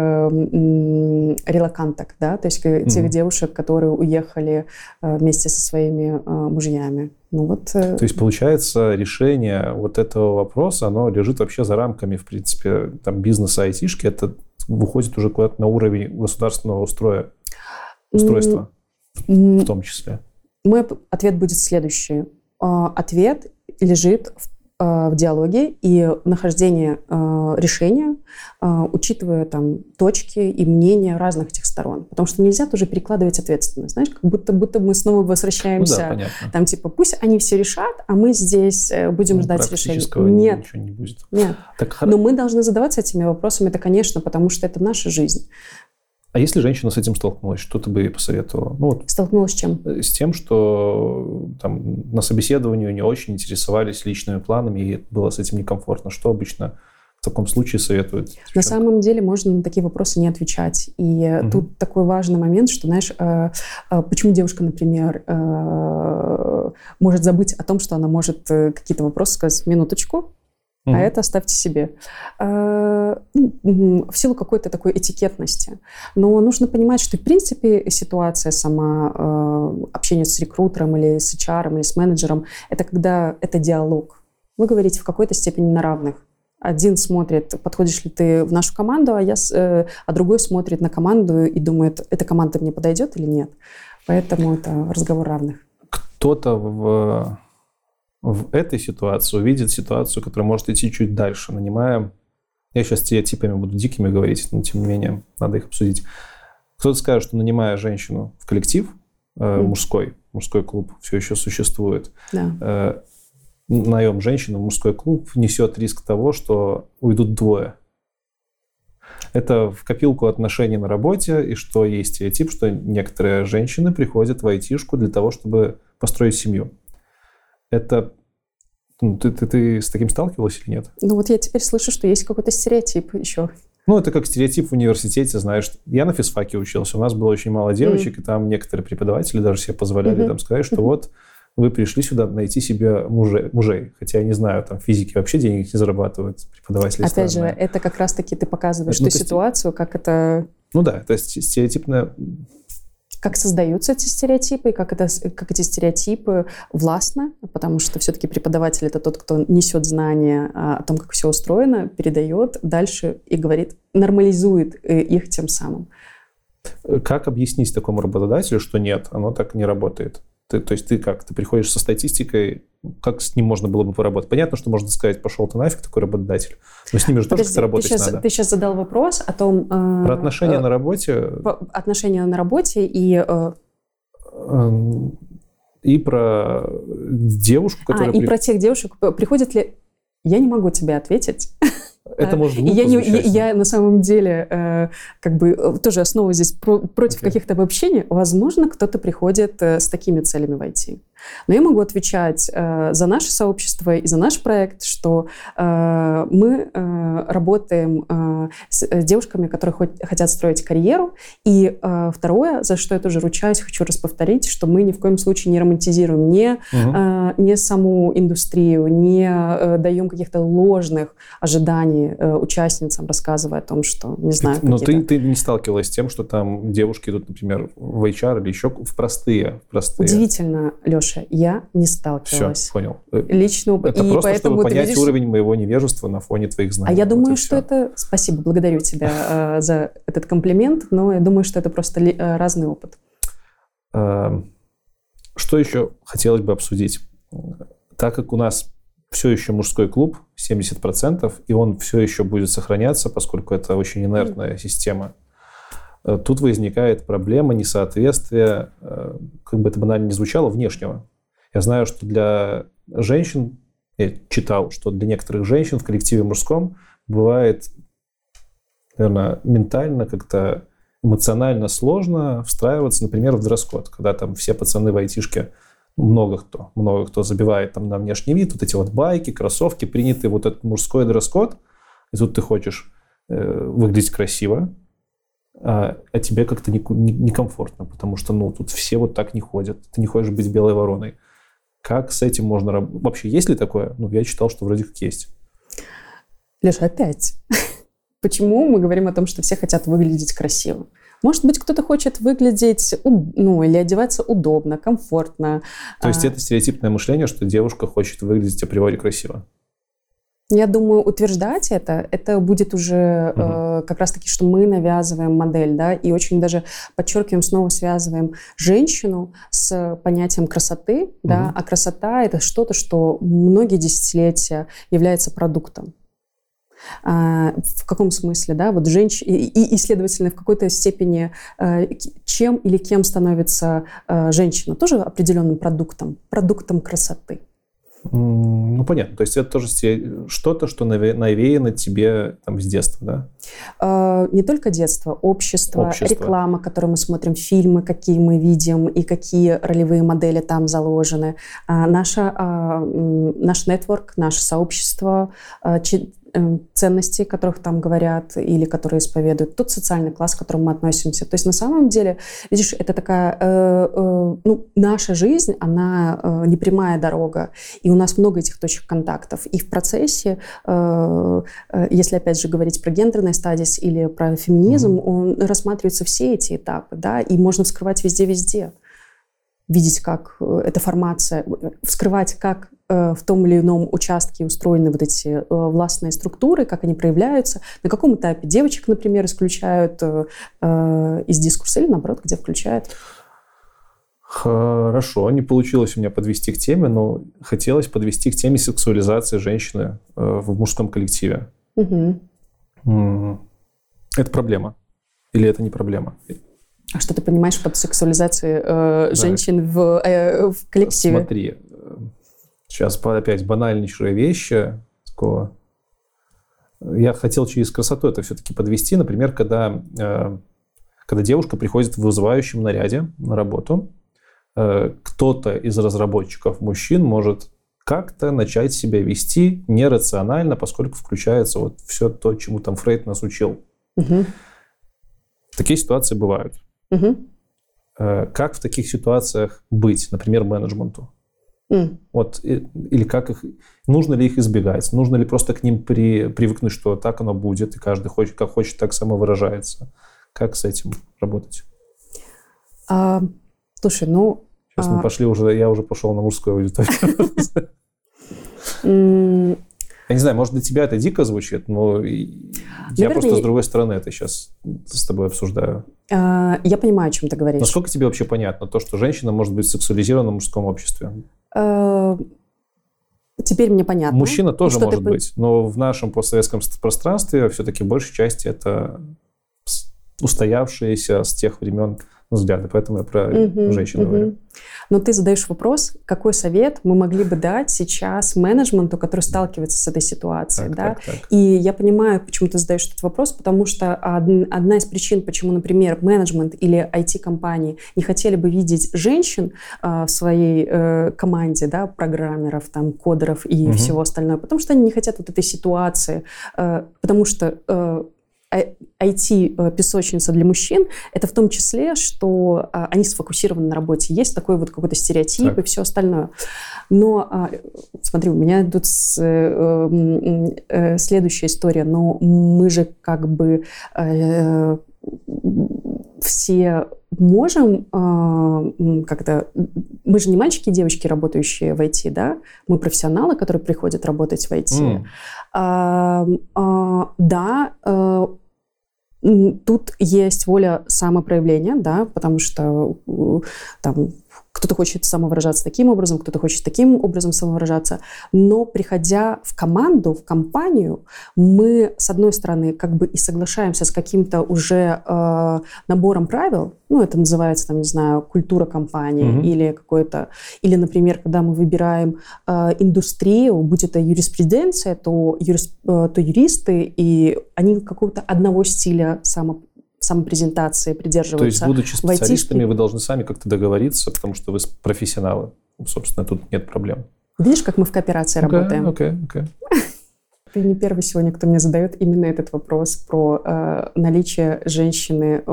э, релоканток, да, то есть mm-hmm. тех девушек, которые уехали э, вместе со своими э, мужьями. Ну, вот, э... То есть, получается, решение вот этого вопроса, оно лежит вообще за рамками, в принципе, там, бизнеса, айтишки, это выходит уже куда-то на уровень государственного устроя, устройства mm-hmm. в том числе. Мой ответ будет следующий. Э, ответ лежит в в диалоге и нахождение э, решения, э, учитывая там точки и мнения разных этих сторон. Потому что нельзя тоже перекладывать ответственность. Знаешь, как будто, будто мы снова возвращаемся. Ну да, понятно. Там типа пусть они все решат, а мы здесь будем ну, ждать решения. Нет. Ничего не будет. Нет. Так, Но мы должны задаваться этими вопросами, это, конечно, потому что это наша жизнь. А если женщина с этим столкнулась, что ты бы ей посоветовала? Ну, вот, столкнулась с чем? С тем, что там, на собеседовании не очень интересовались личными планами, и было с этим некомфортно. Что обычно в таком случае советуют? Девчонка? На самом деле можно на такие вопросы не отвечать. И угу. тут такой важный момент, что, знаешь, почему девушка, например, может забыть о том, что она может какие-то вопросы сказать минуточку, а mm-hmm. это оставьте себе. В силу какой-то такой этикетности. Но нужно понимать, что, в принципе, ситуация сама, общение с рекрутером или с эйч ар, или с менеджером, это когда это диалог. Вы говорите в какой-то степени на равных. Один смотрит, подходишь ли ты в нашу команду, а, я, а другой смотрит на команду и думает, эта команда мне подойдет или нет. Поэтому это разговор равных. Кто-то в... в этой ситуации увидит ситуацию, которая может идти чуть дальше, нанимая... Я сейчас стереотипами буду дикими говорить, но тем не менее надо их обсудить. Кто-то скажет, что нанимая женщину в коллектив э, mm. мужской, мужской клуб все еще существует, да. э, наем женщины в мужской клуб несет риск того, что уйдут двое. Это в копилку отношений на работе, и что есть стереотип, что некоторые женщины приходят в айтишку для того, чтобы построить семью. Это... Ну, ты, ты, ты с таким сталкивалась или нет? Ну вот я теперь слышу, что есть какой-то стереотип еще. Ну, это как стереотип в университете, знаешь. Я на физфаке учился, у нас было очень мало девочек, mm. и там некоторые преподаватели даже себе позволяли mm-hmm. там сказать, что mm-hmm. вот вы пришли сюда найти себе мужей, мужей. Хотя я не знаю, там физики вообще денег не зарабатывают, преподаватели Опять странные. же, это как раз-таки ты показываешь ну, ту ситуацию, как это... Ну да, это стереотипная... Как создаются эти стереотипы, как, это, как эти стереотипы властны, потому что все-таки преподаватель — это тот, кто несет знания о том, как все устроено, передает дальше и говорит, нормализует их тем самым. Как объяснить такому работодателю, что нет, оно так не работает? Ты, то есть ты как? Ты приходишь со статистикой как с ним можно было бы поработать? Понятно, что можно сказать, пошел ты нафиг, такой работодатель. Но с ними же Подожди, тоже как-то работать ты сейчас, надо. Ты сейчас задал вопрос о том... Э, про отношения э, на работе. Отношения на работе и... Э, и про девушку, которая... А, и при... про тех девушек. Приходят ли... Я не могу тебе ответить. Это может глупо я, не, звучать. Я, я на самом деле э, как бы тоже основываюсь здесь про, против okay. каких-то обобщений. Возможно, кто-то приходит э, с такими целями в ай ти. Но я могу отвечать э, за наше сообщество и за наш проект, что э, мы э, работаем э, с э, девушками, которые хоть, хотят строить карьеру. И э, второе, за что я тоже ручаюсь, хочу раз повторить, что мы ни в коем случае не романтизируем ни, uh-huh. э, ни саму индустрию, не э, даем каких-то ложных ожиданий э, участницам, рассказывая о том, что, не знаю, Но ты, ты не сталкивалась с тем, что там девушки идут, например, в эйч ар или еще в простые, простые. Удивительно, Леша. Я не сталкивалась. Все, понял. Лично. Это и просто, поэтому чтобы понять видишь... уровень моего невежества на фоне твоих знаний. А я думаю, вот что это... Спасибо, благодарю тебя э, за этот комплимент, но я думаю, что это просто ли, э, разный опыт. Что еще хотелось бы обсудить? Так как у нас все еще мужской клуб, семьдесят процентов, и он все еще будет сохраняться, поскольку это очень инертная mm. система, тут возникает проблема несоответствия, как бы это банально не звучало, внешнего. Я знаю, что для женщин, я читал, что для некоторых женщин в коллективе мужском бывает, наверное, ментально как-то эмоционально сложно встраиваться, например, в дресс-код, когда там все пацаны в айтишке, много кто, много кто забивает там на внешний вид, вот эти вот байки, кроссовки, принятый вот этот мужской дресс-код, и тут ты хочешь э, выглядеть красиво, а, а тебе как-то некомфортно, не, не потому что, ну, тут все вот так не ходят. Ты не хочешь быть белой вороной. Как с этим можно работать? Вообще, есть ли такое? Ну, я читал, что вроде как есть. Леша, опять. Почему мы говорим о том, что все хотят выглядеть красиво? Может быть, кто-то хочет выглядеть, ну, или одеваться удобно, комфортно. То есть а... это стереотипное мышление, что девушка хочет выглядеть априори красиво? Я думаю, утверждать это, это будет уже uh-huh. э, как раз-таки, что мы навязываем модель, да, и очень даже подчеркиваем, снова связываем женщину с понятием красоты, uh-huh. да, а красота — это что-то, что многие десятилетия является продуктом. А, в каком смысле, да, вот женщина, и, и, следовательно, в какой-то степени э, чем или кем становится э, женщина? Тоже определенным продуктом, продуктом красоты. Ну, понятно. То есть это тоже что-то, что навеяно тебе там с детства, да? Не только детство, общество, общество, реклама, которую мы смотрим, фильмы, какие мы видим и какие ролевые модели там заложены. Наша, наш нетворк, наше сообщество, ценности, о которых там говорят или которые исповедуют, тот социальный класс, к которому мы относимся. То есть на самом деле, видишь, это такая, э, э, ну, наша жизнь, она э, непрямая дорога, и у нас много этих точек контактов. И в процессе, э, э, если опять же говорить про гендерный стадис или про феминизм, mm-hmm. он рассматриваются все эти этапы, да, и можно вскрывать везде-везде. Видеть, как эта формация, вскрывать, как э, в том или ином участке устроены вот эти э, властные структуры, как они проявляются, на каком этапе девочек, например, исключают э, э, из дискурса или, наоборот, где включают. Хорошо, не получилось у меня подвести к теме, но хотелось подвести к теме сексуализации женщины э, в мужском коллективе. Угу. Это проблема или это не проблема? А что ты понимаешь под сексуализацией э, да. женщин в, э, в коллективе? Смотри, сейчас опять банальнейшие вещи. Такого. Я хотел через красоту это все-таки подвести. Например, когда, э, когда девушка приходит в вызывающем наряде на работу, э, кто-то из разработчиков мужчин может как-то начать себя вести нерационально, поскольку включается вот все то, чему там Фрейд нас учил. Угу. Такие ситуации бывают. Угу. Как в таких ситуациях быть, например, менеджменту? Mm. Вот, или как их, нужно ли их избегать? Нужно ли просто к ним при, привыкнуть, что так оно будет, и каждый хочет, как хочет, так самовыражается? Как с этим работать? А, слушай, ну... Сейчас а... мы пошли уже, я уже пошел на мужскую аудиторию. Я не знаю, может, для тебя это дико звучит, но я просто с другой стороны это сейчас с тобой обсуждаю. Я понимаю, о чем ты говоришь. Насколько тебе вообще понятно то, что женщина может быть сексуализирована в мужском обществе? Теперь мне понятно. Мужчина тоже что может ты... быть, но в нашем постсоветском пространстве все-таки большей части это устоявшиеся с тех времен взгляды. Поэтому я про uh-huh, женщин uh-huh. говорю. Но ты задаешь вопрос, какой совет мы могли бы дать сейчас менеджменту, который сталкивается с этой ситуацией. Так, да? так, так. И я понимаю, почему ты задаешь этот вопрос, потому что одна из причин, почему, например, менеджмент или ай ти-компании не хотели бы видеть женщин э, в своей э, команде, да, программеров, там, кодеров и uh-huh. всего остального, потому что они не хотят вот этой ситуации, э, потому что... Э, ай ти-песочница для мужчин, это в том числе, что а, они сфокусированы на работе. Есть такой вот какой-то стереотип так. и все остальное. Но, а, смотри, у меня тут с, э, э, следующая история. Но мы же как бы э, все можем э, как-то... Мы же не мальчики и девочки, работающие в ай ти, да? Мы профессионалы, которые приходят работать в ай ти. Mm. А, а, да, а, тут есть воля самопроявления, да, потому что там кто-то хочет самовыражаться таким образом, кто-то хочет таким образом самовыражаться. Но приходя в команду, в компанию, мы, с одной стороны, как бы и соглашаемся с каким-то уже э, набором правил. Ну, это называется, там, не знаю, культура компании mm-hmm. или какой-то... Или, например, когда мы выбираем э, индустрию, будь это юриспруденция, то, юрис, э, то юристы, и они какого-то одного стиля само самопрезентации придерживаются. То есть, будучи специалистами, вы должны сами как-то договориться, потому что вы профессионалы. Собственно, тут нет проблем. Видишь, как мы в кооперации okay, работаем? Окей, okay, окей. Okay. Ты не первый сегодня, кто мне задает именно этот вопрос про э, наличие женщины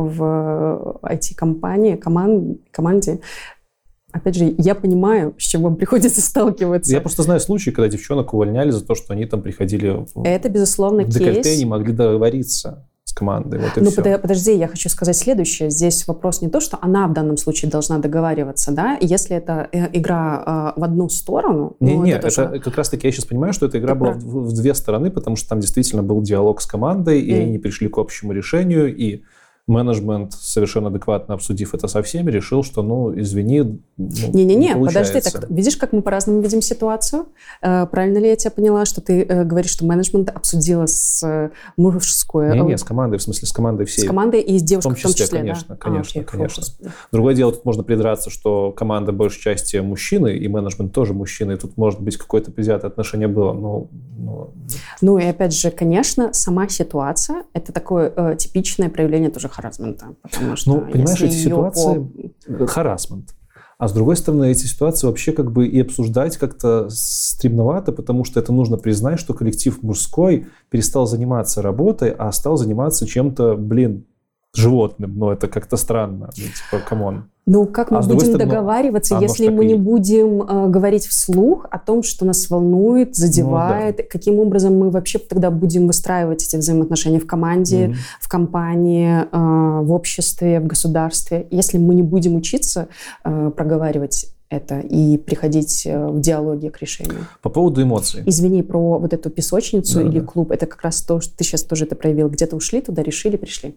в ай ти-компании, команд, команде. Опять же, я понимаю, с чем вам приходится сталкиваться. Я просто знаю случаи, когда девчонок увольняли за то, что они там приходили в, Это, безусловно, в декольте и не могли договориться с командой. Вот и ну, все. подожди, я хочу сказать следующее. Здесь вопрос не то, что она в данном случае должна договариваться, да, если это игра э, в одну сторону... Не, ну, не, это, это тоже... как раз-таки я сейчас понимаю, что эта игра это была правда. в, в две стороны, потому что там действительно был диалог с командой, и mm. они пришли к общему решению, и менеджмент, совершенно адекватно обсудив это со всеми, решил, что, ну, извини, ну, Не-не-не, не подожди, так, видишь, как мы по-разному видим ситуацию? Э, правильно ли я тебя поняла, что ты э, говоришь, что менеджмент обсудила с э, мужской... Не-не, с командой, в смысле, с командой всей. С командой и с девушкой в том числе, в том числе конечно, да? конечно, а, окей, конечно. Фу, Другое дело, тут можно придраться, что команда большей части мужчины, и менеджмент тоже мужчины, и тут, может быть, какое-то предвзятое отношение было, но... но... Ну, и опять же, конечно, сама ситуация — это такое э, типичное проявление тоже харассмента. Потому что, ну, понимаешь, эти ситуации по... харассмент. А с другой стороны, эти ситуации вообще как бы и обсуждать как-то стремновато, потому что это нужно признать, что коллектив мужской перестал заниматься работой, а стал заниматься чем-то, блин, животным. Ну, это как-то странно. Ну, типа, камон. Ну, как мы а будем стороны, договариваться, а если мы и... не будем э, говорить вслух о том, что нас волнует, задевает, ну, да. Каким образом мы вообще тогда будем выстраивать эти взаимоотношения в команде, mm-hmm. в компании, э, в обществе, в государстве, если мы не будем учиться э, проговаривать это и приходить в диалоге к решению. По поводу эмоций. Извини, про вот эту песочницу да, или да. клуб, это как раз то, что ты сейчас тоже это проявил. Где-то ушли туда, решили, пришли.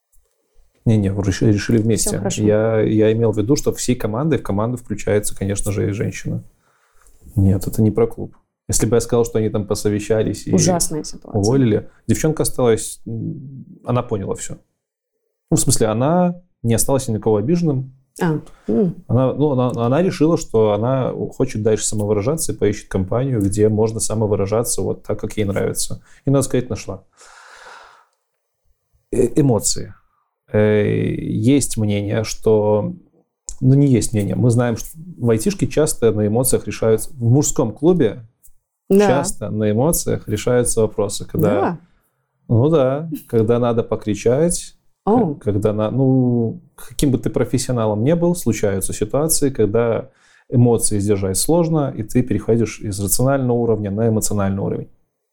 Не-не, решили, решили вместе. Все, я, я имел в виду, что всей командой в команду включается, конечно же, и женщина. Нет, это не про клуб. Если бы я сказал, что они там посовещались и Ужасная ситуация. уволили, девчонка осталась, она поняла все. Ну, в смысле, она не осталась никого обиженным. А, м. она, ну, она, она решила, что она хочет дальше самовыражаться и поищет компанию, где можно самовыражаться вот так, как ей нравится. И, надо сказать, нашла. Э- эмоции. Есть мнение, что... Ну, не есть мнение. Мы знаем, что в айтишке часто на эмоциях решаются... В мужском клубе да. часто на эмоциях решаются вопросы. Когда... Да. Ну да. Когда надо покричать, oh. когда... На... Ну, каким бы ты профессионалом ни был, случаются ситуации, когда эмоции сдержать сложно, и ты переходишь из рационального уровня на эмоциональный уровень.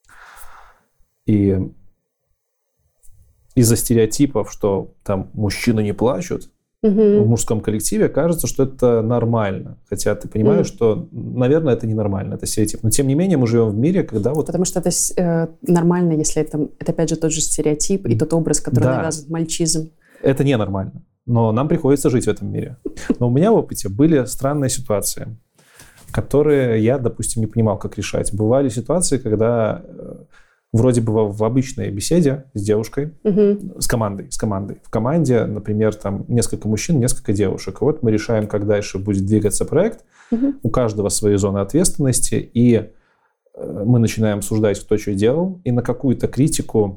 И... Из-за стереотипов, что там мужчины не плачут, угу. в мужском коллективе кажется, что это нормально. Хотя ты понимаешь, угу. что, наверное, это ненормально, это стереотип. Но тем не менее мы живем в мире, когда вот... Потому что это э, нормально, если это, это опять же тот же стереотип и тот образ, который да. навязывает мальчизм. Это ненормально. Но нам приходится жить в этом мире. Но у меня в опыте были странные ситуации. которые я, допустим, не понимал, как решать. Бывали ситуации, когда вроде бы в обычной беседе с девушкой, угу. с командой, с командой. В команде, например, там несколько мужчин, несколько девушек. И вот мы решаем, как дальше будет двигаться проект. Угу. У каждого свои зоны ответственности. И мы начинаем обсуждать, кто что делал. И на какую-то критику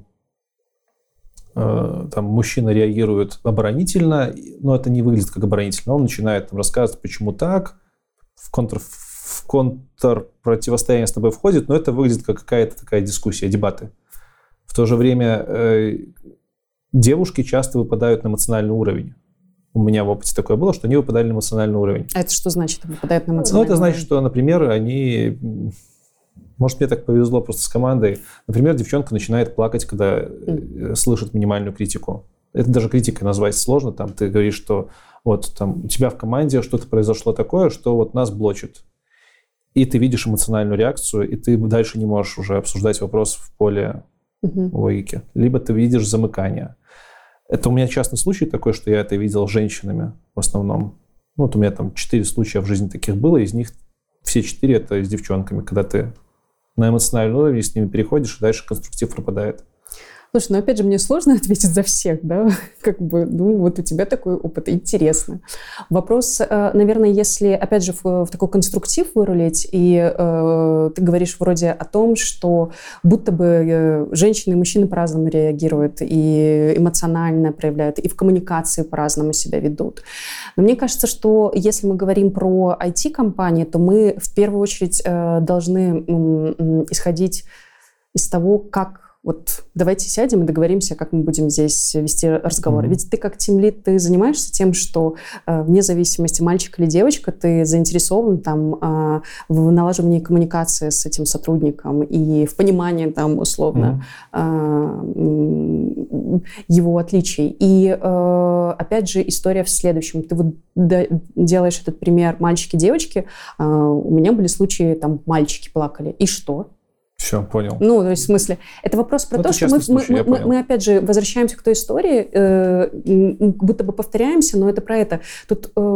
э, там, мужчина реагирует оборонительно, но это не выглядит как оборонительно. Он начинает там, рассказывать, почему так, в контр... в контрпротивостояние с тобой входит, но это выглядит как какая-то такая дискуссия, дебаты. В то же время э, девушки часто выпадают на эмоциональный уровень. У меня в опыте такое было, что они выпадали на эмоциональный уровень. А это что значит, выпадают на эмоциональный уровень? Ну, это значит, что, например, они... Может, мне так повезло просто с командой. Например, девчонка начинает плакать, когда mm. слышит минимальную критику. Это даже критикой назвать сложно. Там ты говоришь, что вот там у тебя в команде что-то произошло такое, что вот нас блочит. И ты видишь эмоциональную реакцию, и ты дальше не можешь уже обсуждать вопрос в поле uh-huh. логики. Либо ты видишь замыкание. Это у меня частный случай такой, что я это видел с женщинами в основном. Ну, вот у меня там четыре случая в жизни таких было, из них все четыре это с девчонками, когда ты на эмоциональный уровень с ними переходишь, и дальше конструктив пропадает. Слушай, ну опять же, мне сложно ответить за всех, да, как бы, ну вот у тебя такой опыт, интересно. Вопрос, наверное, если, опять же, в, в такой конструктив вырулить, и э, ты говоришь вроде о том, что будто бы э, женщины и мужчины по-разному реагируют, и эмоционально проявляют, и в коммуникации по-разному себя ведут. Но мне кажется, что если мы говорим про ай ти-компании, то мы в первую очередь э, должны э, исходить из того, как вот давайте сядем и договоримся, как мы будем здесь вести разговор. Mm-hmm. Ведь ты как тимлид, ты занимаешься тем, что э, вне зависимости, мальчик или девочка, ты заинтересован там, э, в налаживании коммуникации с этим сотрудником и в понимании там, условно mm-hmm. э, его отличий. И э, опять же история в следующем. Ты вот делаешь этот пример мальчики-девочки. Э, у меня были случаи, там мальчики плакали. И что? Все, понял. Ну, то есть, в смысле, это вопрос про ну, то, что мы, случай, мы, мы, мы, опять же, возвращаемся к той истории, э, будто бы повторяемся, но это про это. Тут э,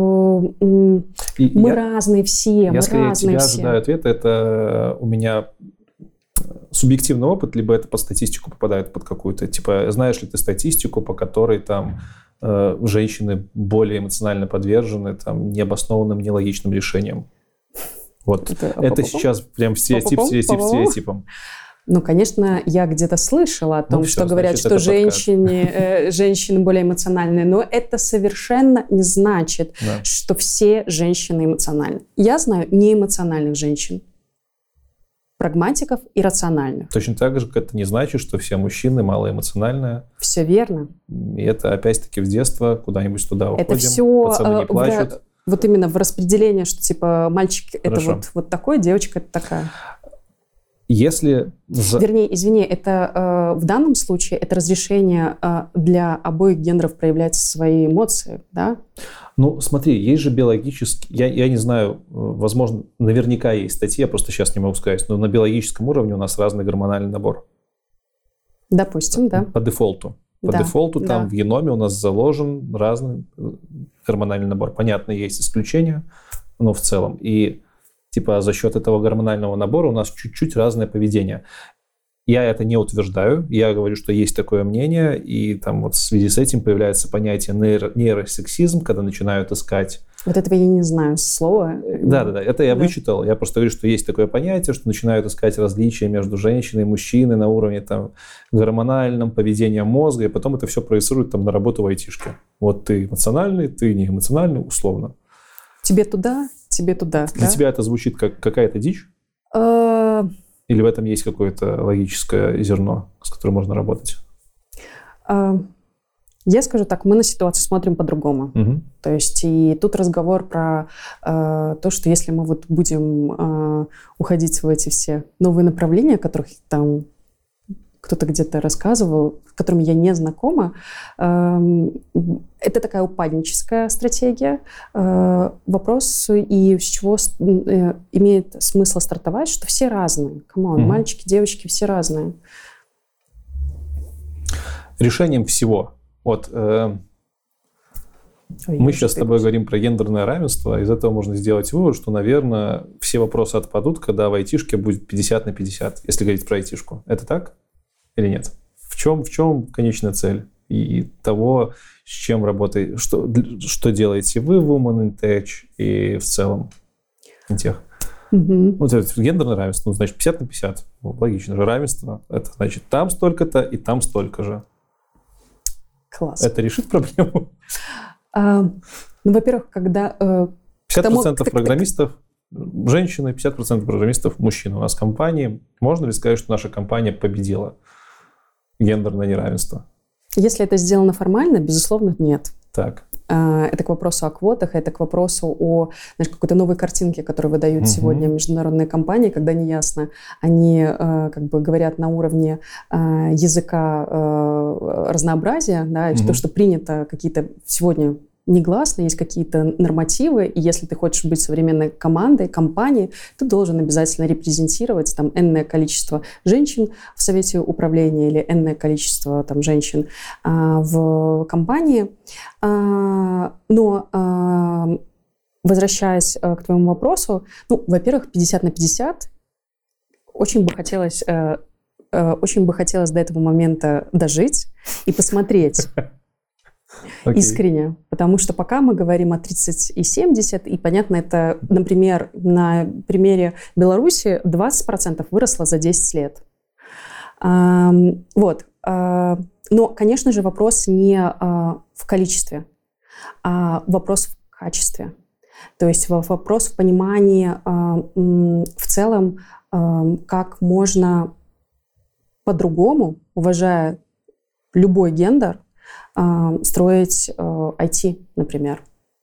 э, И мы я, разные все, я мы скорее разные тебя все. ожидаю ответа. Это у меня субъективный опыт, либо это по статистику попадает под какую-то. Типа, знаешь ли ты статистику, по которой там э, женщины более эмоционально подвержены там, необоснованным, нелогичным решениям? Вот. Это, это сейчас прям стереотип стереотип стереотипом. Ну, конечно, я где-то слышала о том, ну, что все, говорят, значит, что женщины, э, женщины более эмоциональные, но это совершенно не значит, да. что все женщины эмоциональны. Я знаю неэмоциональных женщин, прагматиков и рациональных. Точно так же, как это не значит, что все мужчины малоэмоциональные. Все верно. И это опять-таки в детство, куда-нибудь туда уходим, это все, пацаны не плачут. В... Вот именно в распределении, что типа мальчик это вот, вот такой, девочка это такая. Если... Вернее, извини, это э, в данном случае это разрешение э, для обоих гендеров проявлять свои эмоции, да? Ну, смотри, есть же биологический... Я, я не знаю, возможно, наверняка есть статьи, я просто сейчас не могу сказать, но на биологическом уровне у нас разный гормональный набор. Допустим, да. По дефолту. По да, дефолту да. там в геноме у нас заложен разный гормональный набор. Понятно, есть исключения, но в целом. И типа за счет этого гормонального набора у нас чуть-чуть разное поведение. Я это не утверждаю, я говорю, что есть такое мнение, и там вот в связи с этим появляется понятие нейро- нейросексизм, когда начинают искать... Вот этого я не знаю слова. Да-да-да, это я да. вычитал, я просто говорю, что есть такое понятие, что начинают искать различия между женщиной и мужчиной на уровне там гормональном, поведения мозга, и потом это все проецирует там на работу в айтишке. Вот ты эмоциональный, ты не эмоциональный, условно. Тебе туда, тебе туда. Для да? тебя это звучит как какая-то дичь? А... Или в этом есть какое-то логическое зерно, с которым можно работать? А... Я скажу так, мы на ситуацию смотрим по-другому. Угу. То есть и тут разговор про э, то, что если мы вот будем э, уходить в эти все новые направления, о которых там кто-то где-то рассказывал, с которыми я не знакома, э, это такая упадническая стратегия. Э, вопрос, и с чего э, имеет смысл стартовать, что все разные. Камон, угу. Мальчики, девочки, все разные. Решением всего. Вот, э, Ой, Мы сейчас с тобой говорим про гендерное равенство. Из этого можно сделать вывод, что, наверное, все вопросы отпадут, когда в айтишке будет пятьдесят на пятьдесят, если говорить про айтишку. Это так или нет? В чем, в чем конечная цель и того, с чем работаете, что, что делаете вы в Women in Tech и в целом Интех? Угу. Ну, это гендерное равенство, ну, значит, пятьдесят на пятьдесят. Ну, логично же, равенство. Это значит, там столько-то и там столько же. Класс. Это решит проблему? А, ну, во-первых, когда... Э, пятьдесят процентов тому, программистов женщины, пятьдесят процентов программистов мужчины. У нас в компании. Можно ли сказать, что наша компания победила гендерное неравенство? Если это сделано формально, безусловно, нет. Так. Это к вопросу о квотах, это к вопросу о, знаешь, какой-то новой картинке, которую выдают угу. сегодня международные компании, когда неясно, они как бы говорят на уровне языка разнообразия, да, и угу. то, что принято какие-то сегодня негласно, есть какие-то нормативы, и если ты хочешь быть современной командой, компанией, ты должен обязательно репрезентировать там энное количество женщин в совете управления или энное количество там женщин а, в компании. А, но а, возвращаясь а, к твоему вопросу, ну, во-первых, пятьдесят на пятьдесят очень бы хотелось, а, а, очень бы хотелось до этого момента дожить и посмотреть. Okay. Искренне, потому что пока мы говорим о тридцать и семьдесят, и понятно, это, например, на примере Беларуси двадцать процентов выросло за десять лет. А, вот. А, но, конечно же, вопрос не а, в количестве, а вопрос в качестве. То есть вопрос в понимании а, в целом, а, как можно по-другому, уважая любой гендер, строить ай ти, например.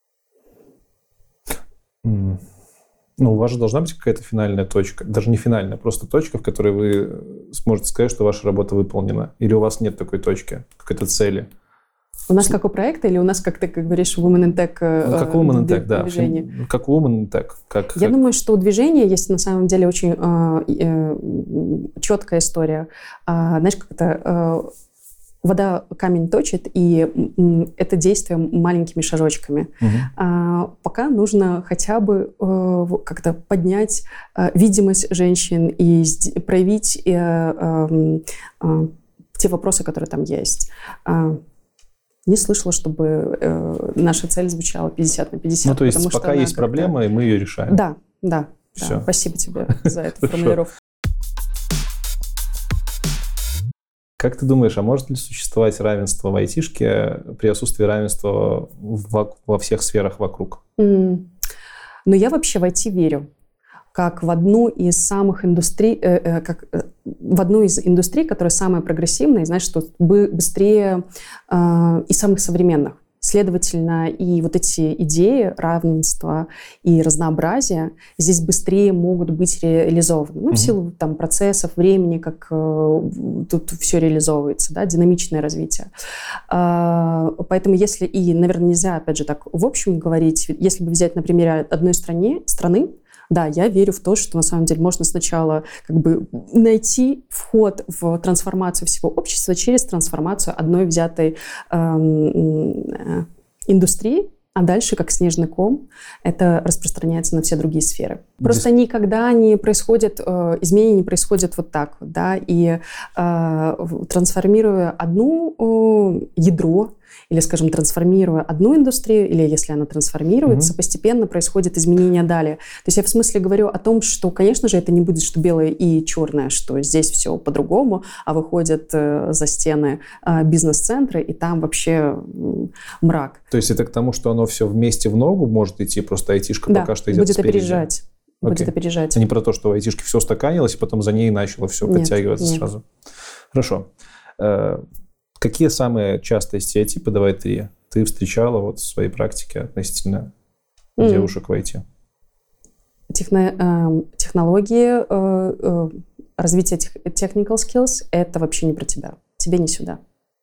Mm. Ну, у вас же должна быть какая-то финальная точка. Даже не финальная, просто точка, в которой вы сможете сказать, что ваша работа выполнена. Или у вас нет такой точки, какой-то цели? У нас как у проекта или у нас, как ты как говоришь, Women in Tech ну, как у Women in Tech, да. Движение? Как у Women in Tech. Как, Я как... думаю, что у движения есть на самом деле очень э, э, четкая история. Э, знаешь, как это... Э, вода камень точит, и это действие маленькими шажочками. Угу. А, пока нужно хотя бы э, как-то поднять э, видимость женщин и проявить э, э, э, те вопросы, которые там есть. А, не слышала, чтобы э, наша цель звучала пятьдесят на пятьдесят. Ну, то есть пока есть проблема, и мы ее решаем. Да, да. да. Спасибо тебе за эту формулировку. Как ты думаешь, а может ли существовать равенство в айтишке при отсутствии равенства во, во всех сферах вокруг? Mm. Ну, я вообще в ай ти верю, как в одну из самых индустрий, э, э, как э, в одну из индустрий, которая самая прогрессивная, и, знаешь, что быстрее э, и самых современных. Следовательно, и вот эти идеи равенства и разнообразия здесь быстрее могут быть реализованы. Ну, mm-hmm. в силу там, процессов, времени, как э, тут все реализовывается, да, динамичное развитие. Э, поэтому если, и, наверное, нельзя, опять же, так в общем говорить, если бы взять на примере одной стране, страны, да, я верю в то, что на самом деле можно сначала как бы найти вход в трансформацию всего общества через трансформацию одной взятой э, э, индустрии, а дальше, как снежный ком, это распространяется на все другие сферы. Просто Здесь... никогда не происходит, э, изменения не происходят вот так вот, да, и э, трансформируя одну э, ядро, или, скажем, трансформируя одну индустрию, или если она трансформируется, mm-hmm. постепенно происходит изменение далее. То есть я в смысле говорю о том, что, конечно же, это не будет, что белое и черное, что здесь все по-другому, а выходят э, за стены э, бизнес-центры, и там вообще э, мрак. То есть это к тому, что оно все вместе в ногу может идти, просто айтишка да, пока что идет будет спереди. опережать. Okay. Будет опережать. А не про то, что в айтишке все устаканилось, и потом за ней начало все нет, подтягиваться нет. сразу. Хорошо. Какие самые частые стереотипы, давай три, ты встречала вот в своей практике относительно mm. девушек в ай ти? Техно, э, технологии, э, э, развитие тех, technical skills – это вообще не про тебя. Тебе не сюда.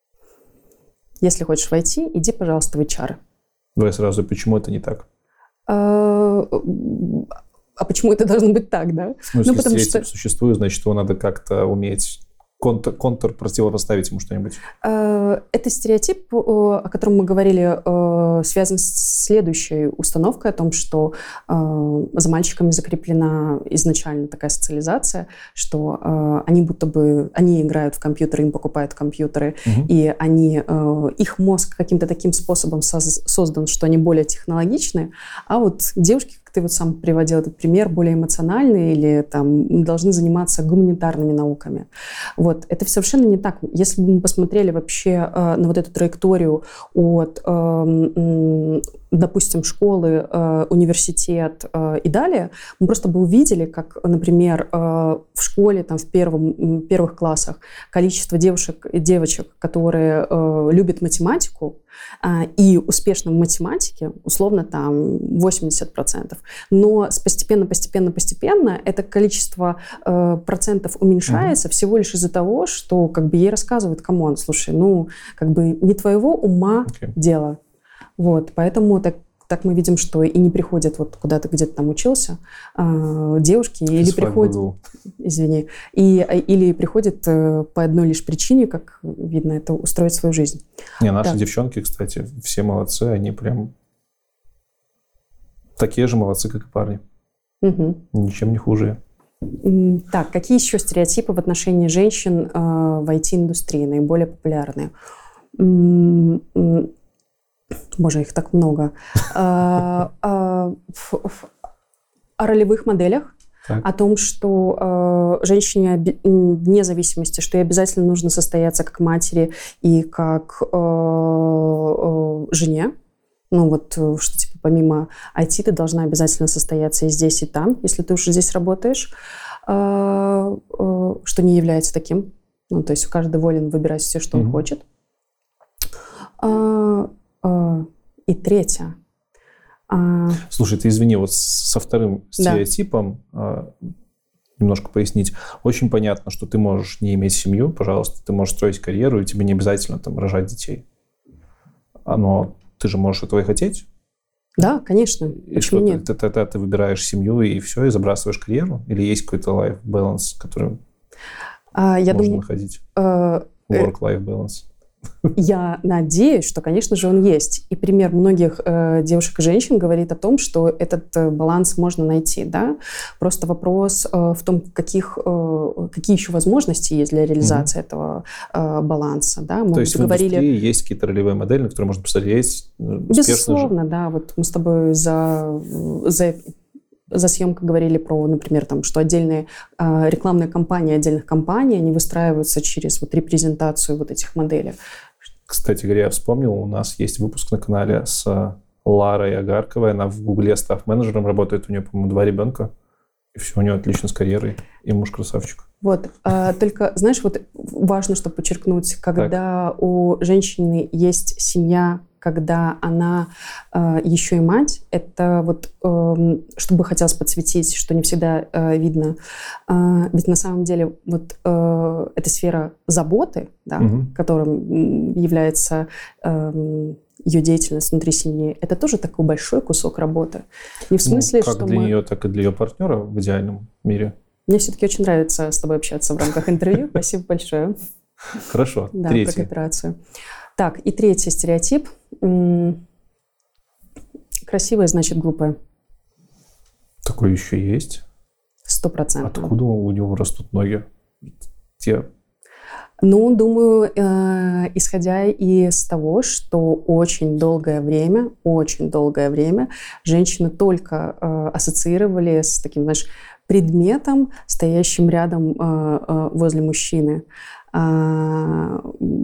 Если хочешь в ай ти, иди, пожалуйста, в эйч ар. Давай сразу, почему это не так? А, а почему это должно быть так, да? Ну, если ну, потому стереотип что... существует, значит, его надо как-то уметь Контр, контр противопоставить ему что-нибудь? Это стереотип, о котором мы говорили, связан с следующей установкой о том, что за мальчиками закреплена изначально такая социализация, что они будто бы, они играют в компьютеры, им покупают компьютеры, угу. и они, их мозг каким-то таким способом создан, что они более технологичны, а вот девушки, как ты вот сам приводил этот пример, более эмоциональные или там должны заниматься гуманитарными науками. Вот. Это совершенно не так. Если бы мы посмотрели вообще э, на вот эту траекторию от, э, допустим, школы, э, университет э, и далее, мы просто бы увидели, как, например, э, в школе, там, в первом, первых классах количество девушек и девочек, которые э, любят математику, и успешно в математике, условно, там восемьдесят процентов. Но постепенно, постепенно, постепенно это количество э, процентов уменьшается mm-hmm. всего лишь из-за того, что как бы ей рассказывают, камон, слушай, ну, как бы не твоего ума okay. дело. Вот, поэтому так, так мы видим, что и не приходят вот куда ты где-то там учился э, девушки, Ты или приходят, извини, и, или приходят э, по одной лишь причине, как видно, это устроить свою жизнь. Не, наши да. девчонки, кстати, все молодцы, они прям такие же молодцы, как и парни. Угу. Ничем не хуже. Так, какие еще стереотипы в отношении женщин э, в ай ти-индустрии наиболее популярные? Боже, их так много. О ролевых моделях, так. о том, что женщине вне зависимости, что ей обязательно нужно состояться как матери и как жене. Ну вот, что типа помимо ай ти ты должна обязательно состояться и здесь, и там, если ты уже здесь работаешь, что не является таким. Ну, то есть каждый волен выбирать все, что mm-hmm. он хочет. И третье. Слушай, ты извини, вот со вторым стереотипом да. немножко пояснить. Очень понятно, что ты можешь не иметь семью, пожалуйста, ты можешь строить карьеру, и тебе не обязательно там рожать детей. Но ты же можешь этого и хотеть. Да, конечно. И Почему что, нет? Ты, ты, ты, ты выбираешь семью и все, и забрасываешь карьеру? Или есть какой-то life balance, который а, я можно думаю, находить? Э, Work-life balance. Я надеюсь, что, конечно же, он есть. И пример многих э, девушек и женщин говорит о том, что этот э, баланс можно найти. Да? Просто вопрос э, в том, каких, э, какие еще возможности есть для реализации mm-hmm. этого э, баланса. Да? Мы То есть говорили... в индустрии есть какие-то ролевые модели, на которые можно посмотреть? Безусловно, же... да. Вот мы с тобой за... за... за съемкой говорили про, например, там, что отдельные э, рекламные кампании отдельных компаний, они выстраиваются через вот, репрезентацию вот этих моделей. Кстати говоря, я вспомнил, у нас есть выпуск на канале с Ларой Агарковой. Она в Гугле стаф-менеджером работает, у нее, по-моему, два ребенка. И все, у нее отлично с карьерой. И муж красавчик. Вот. А, только, знаешь, вот важно, чтобы подчеркнуть, когда так. у женщины есть семья, когда она э, еще и мать, это вот, э, чтобы хотелось подсветить, что не всегда э, видно. Э, ведь на самом деле вот э, эта сфера заботы, да, угу. которым является э, ее деятельность внутри семьи, это тоже такой большой кусок работы. Не в смысле, ну, как что для мы... нее, так и для ее партнера в идеальном мире. Мне все-таки очень нравится с тобой общаться в рамках интервью. Спасибо большое. Хорошо. Да, третий. Про кооперацию. Так, и третий стереотип. Красивая, значит, глупая. Такое еще есть? Сто процентов. Откуда у него растут ноги? Те... Ну, думаю, э, исходя из того, что очень долгое время, очень долгое время женщины только э, ассоциировали с таким, знаешь, предметом, стоящим рядом э, э, возле мужчины. Э,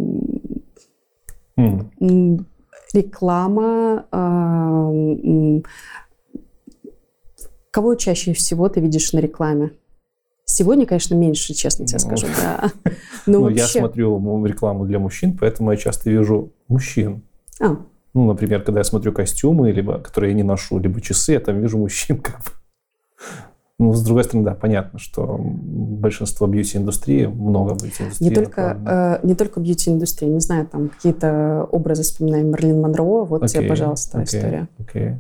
mm. Реклама. Э, кого чаще всего ты видишь на рекламе? Сегодня, конечно, меньше, честно тебе скажу. Да. Но ну, вообще... Я смотрю рекламу для мужчин, поэтому я часто вижу мужчин. А. Ну, например, когда я смотрю костюмы, либо, которые я не ношу, либо часы, я там вижу мужчин. Как бы. Ну, с другой стороны, да, понятно, что большинство бьюти-индустрии, много бьюти-индустрии. Не только, э, не только бьюти-индустрии, не знаю, там какие-то образы, вспоминаем Мерлин Монро, вот okay, тебе, пожалуйста, okay, история. Okay.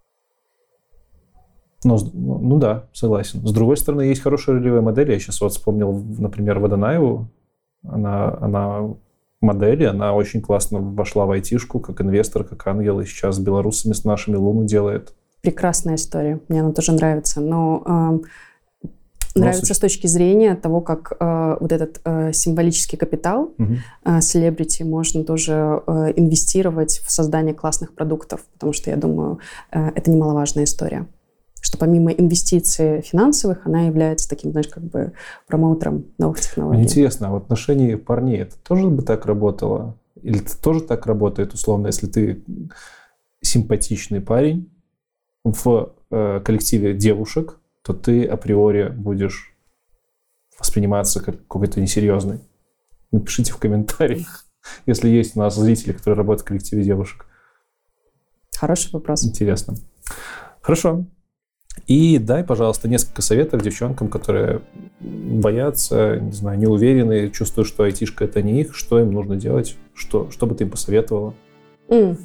Ну, ну да, согласен. С другой стороны, есть хорошие ролевые модели. Я сейчас вот вспомнил, например, Водонаеву. Она, она модель, она очень классно вошла в айтишку как инвестор, как ангел, и сейчас с белорусами, с нашими Луну делает. Прекрасная история. Мне она тоже нравится. Но э, нравится с точки зрения того, как э, вот этот э, символический капитал селебрити угу. э, можно тоже э, инвестировать в создание классных продуктов. Потому что, я думаю, э, это немаловажная история. Что помимо инвестиций финансовых, она является таким, знаешь, как бы промоутером новых технологий. Интересно, а в отношении парней это тоже бы так работало? Или это тоже так работает, условно, если ты симпатичный парень в э, коллективе девушек, то ты априори будешь восприниматься как какой-то несерьезный? Напишите в комментариях, если есть у нас зрители, которые работают в коллективе девушек. Хороший вопрос. Интересно. Хорошо. И дай, пожалуйста, несколько советов девчонкам, которые боятся, не знаю, не уверены, чувствуют, что айтишка — это не их. Что им нужно делать? Что, что бы ты им посоветовала? Mm.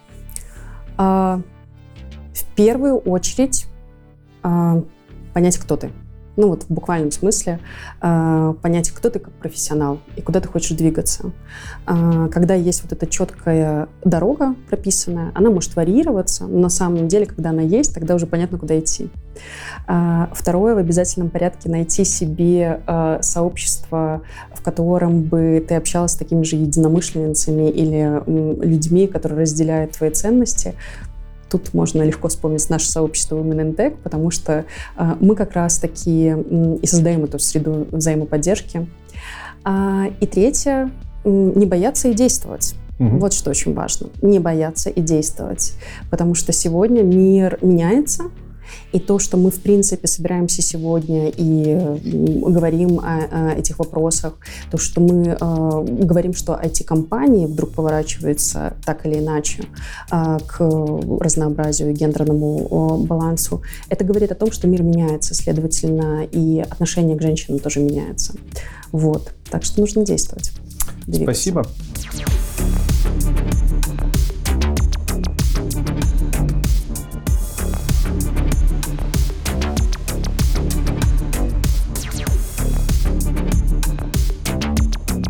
А, в первую очередь а, понять, кто ты. Ну вот в буквальном смысле э, понять, кто ты как профессионал и куда ты хочешь двигаться. Э, когда есть вот эта четкая дорога прописанная, она может варьироваться, но на самом деле, когда она есть, тогда уже понятно, куда идти. Э, второе, в обязательном порядке найти себе э, сообщество, в котором бы ты общалась с такими же единомышленницами или м, людьми, которые разделяют твои ценности. Тут можно легко вспомнить наше сообщество Women in Tech, потому что э, мы как раз-таки э, и создаем эту среду взаимоподдержки. А, и третье, э, не бояться и действовать. Mm-hmm. Вот что очень важно. Не бояться и действовать. Потому что сегодня мир меняется, и то, что мы, в принципе, собираемся сегодня и э, говорим о, о этих вопросах, то, что мы э, говорим, что ай ти-компании вдруг поворачиваются так или иначе э, к разнообразию и гендерному э, балансу, это говорит о том, что мир меняется, следовательно, и отношение к женщинам тоже меняется. Вот. Так что нужно действовать. Двигаться. Спасибо.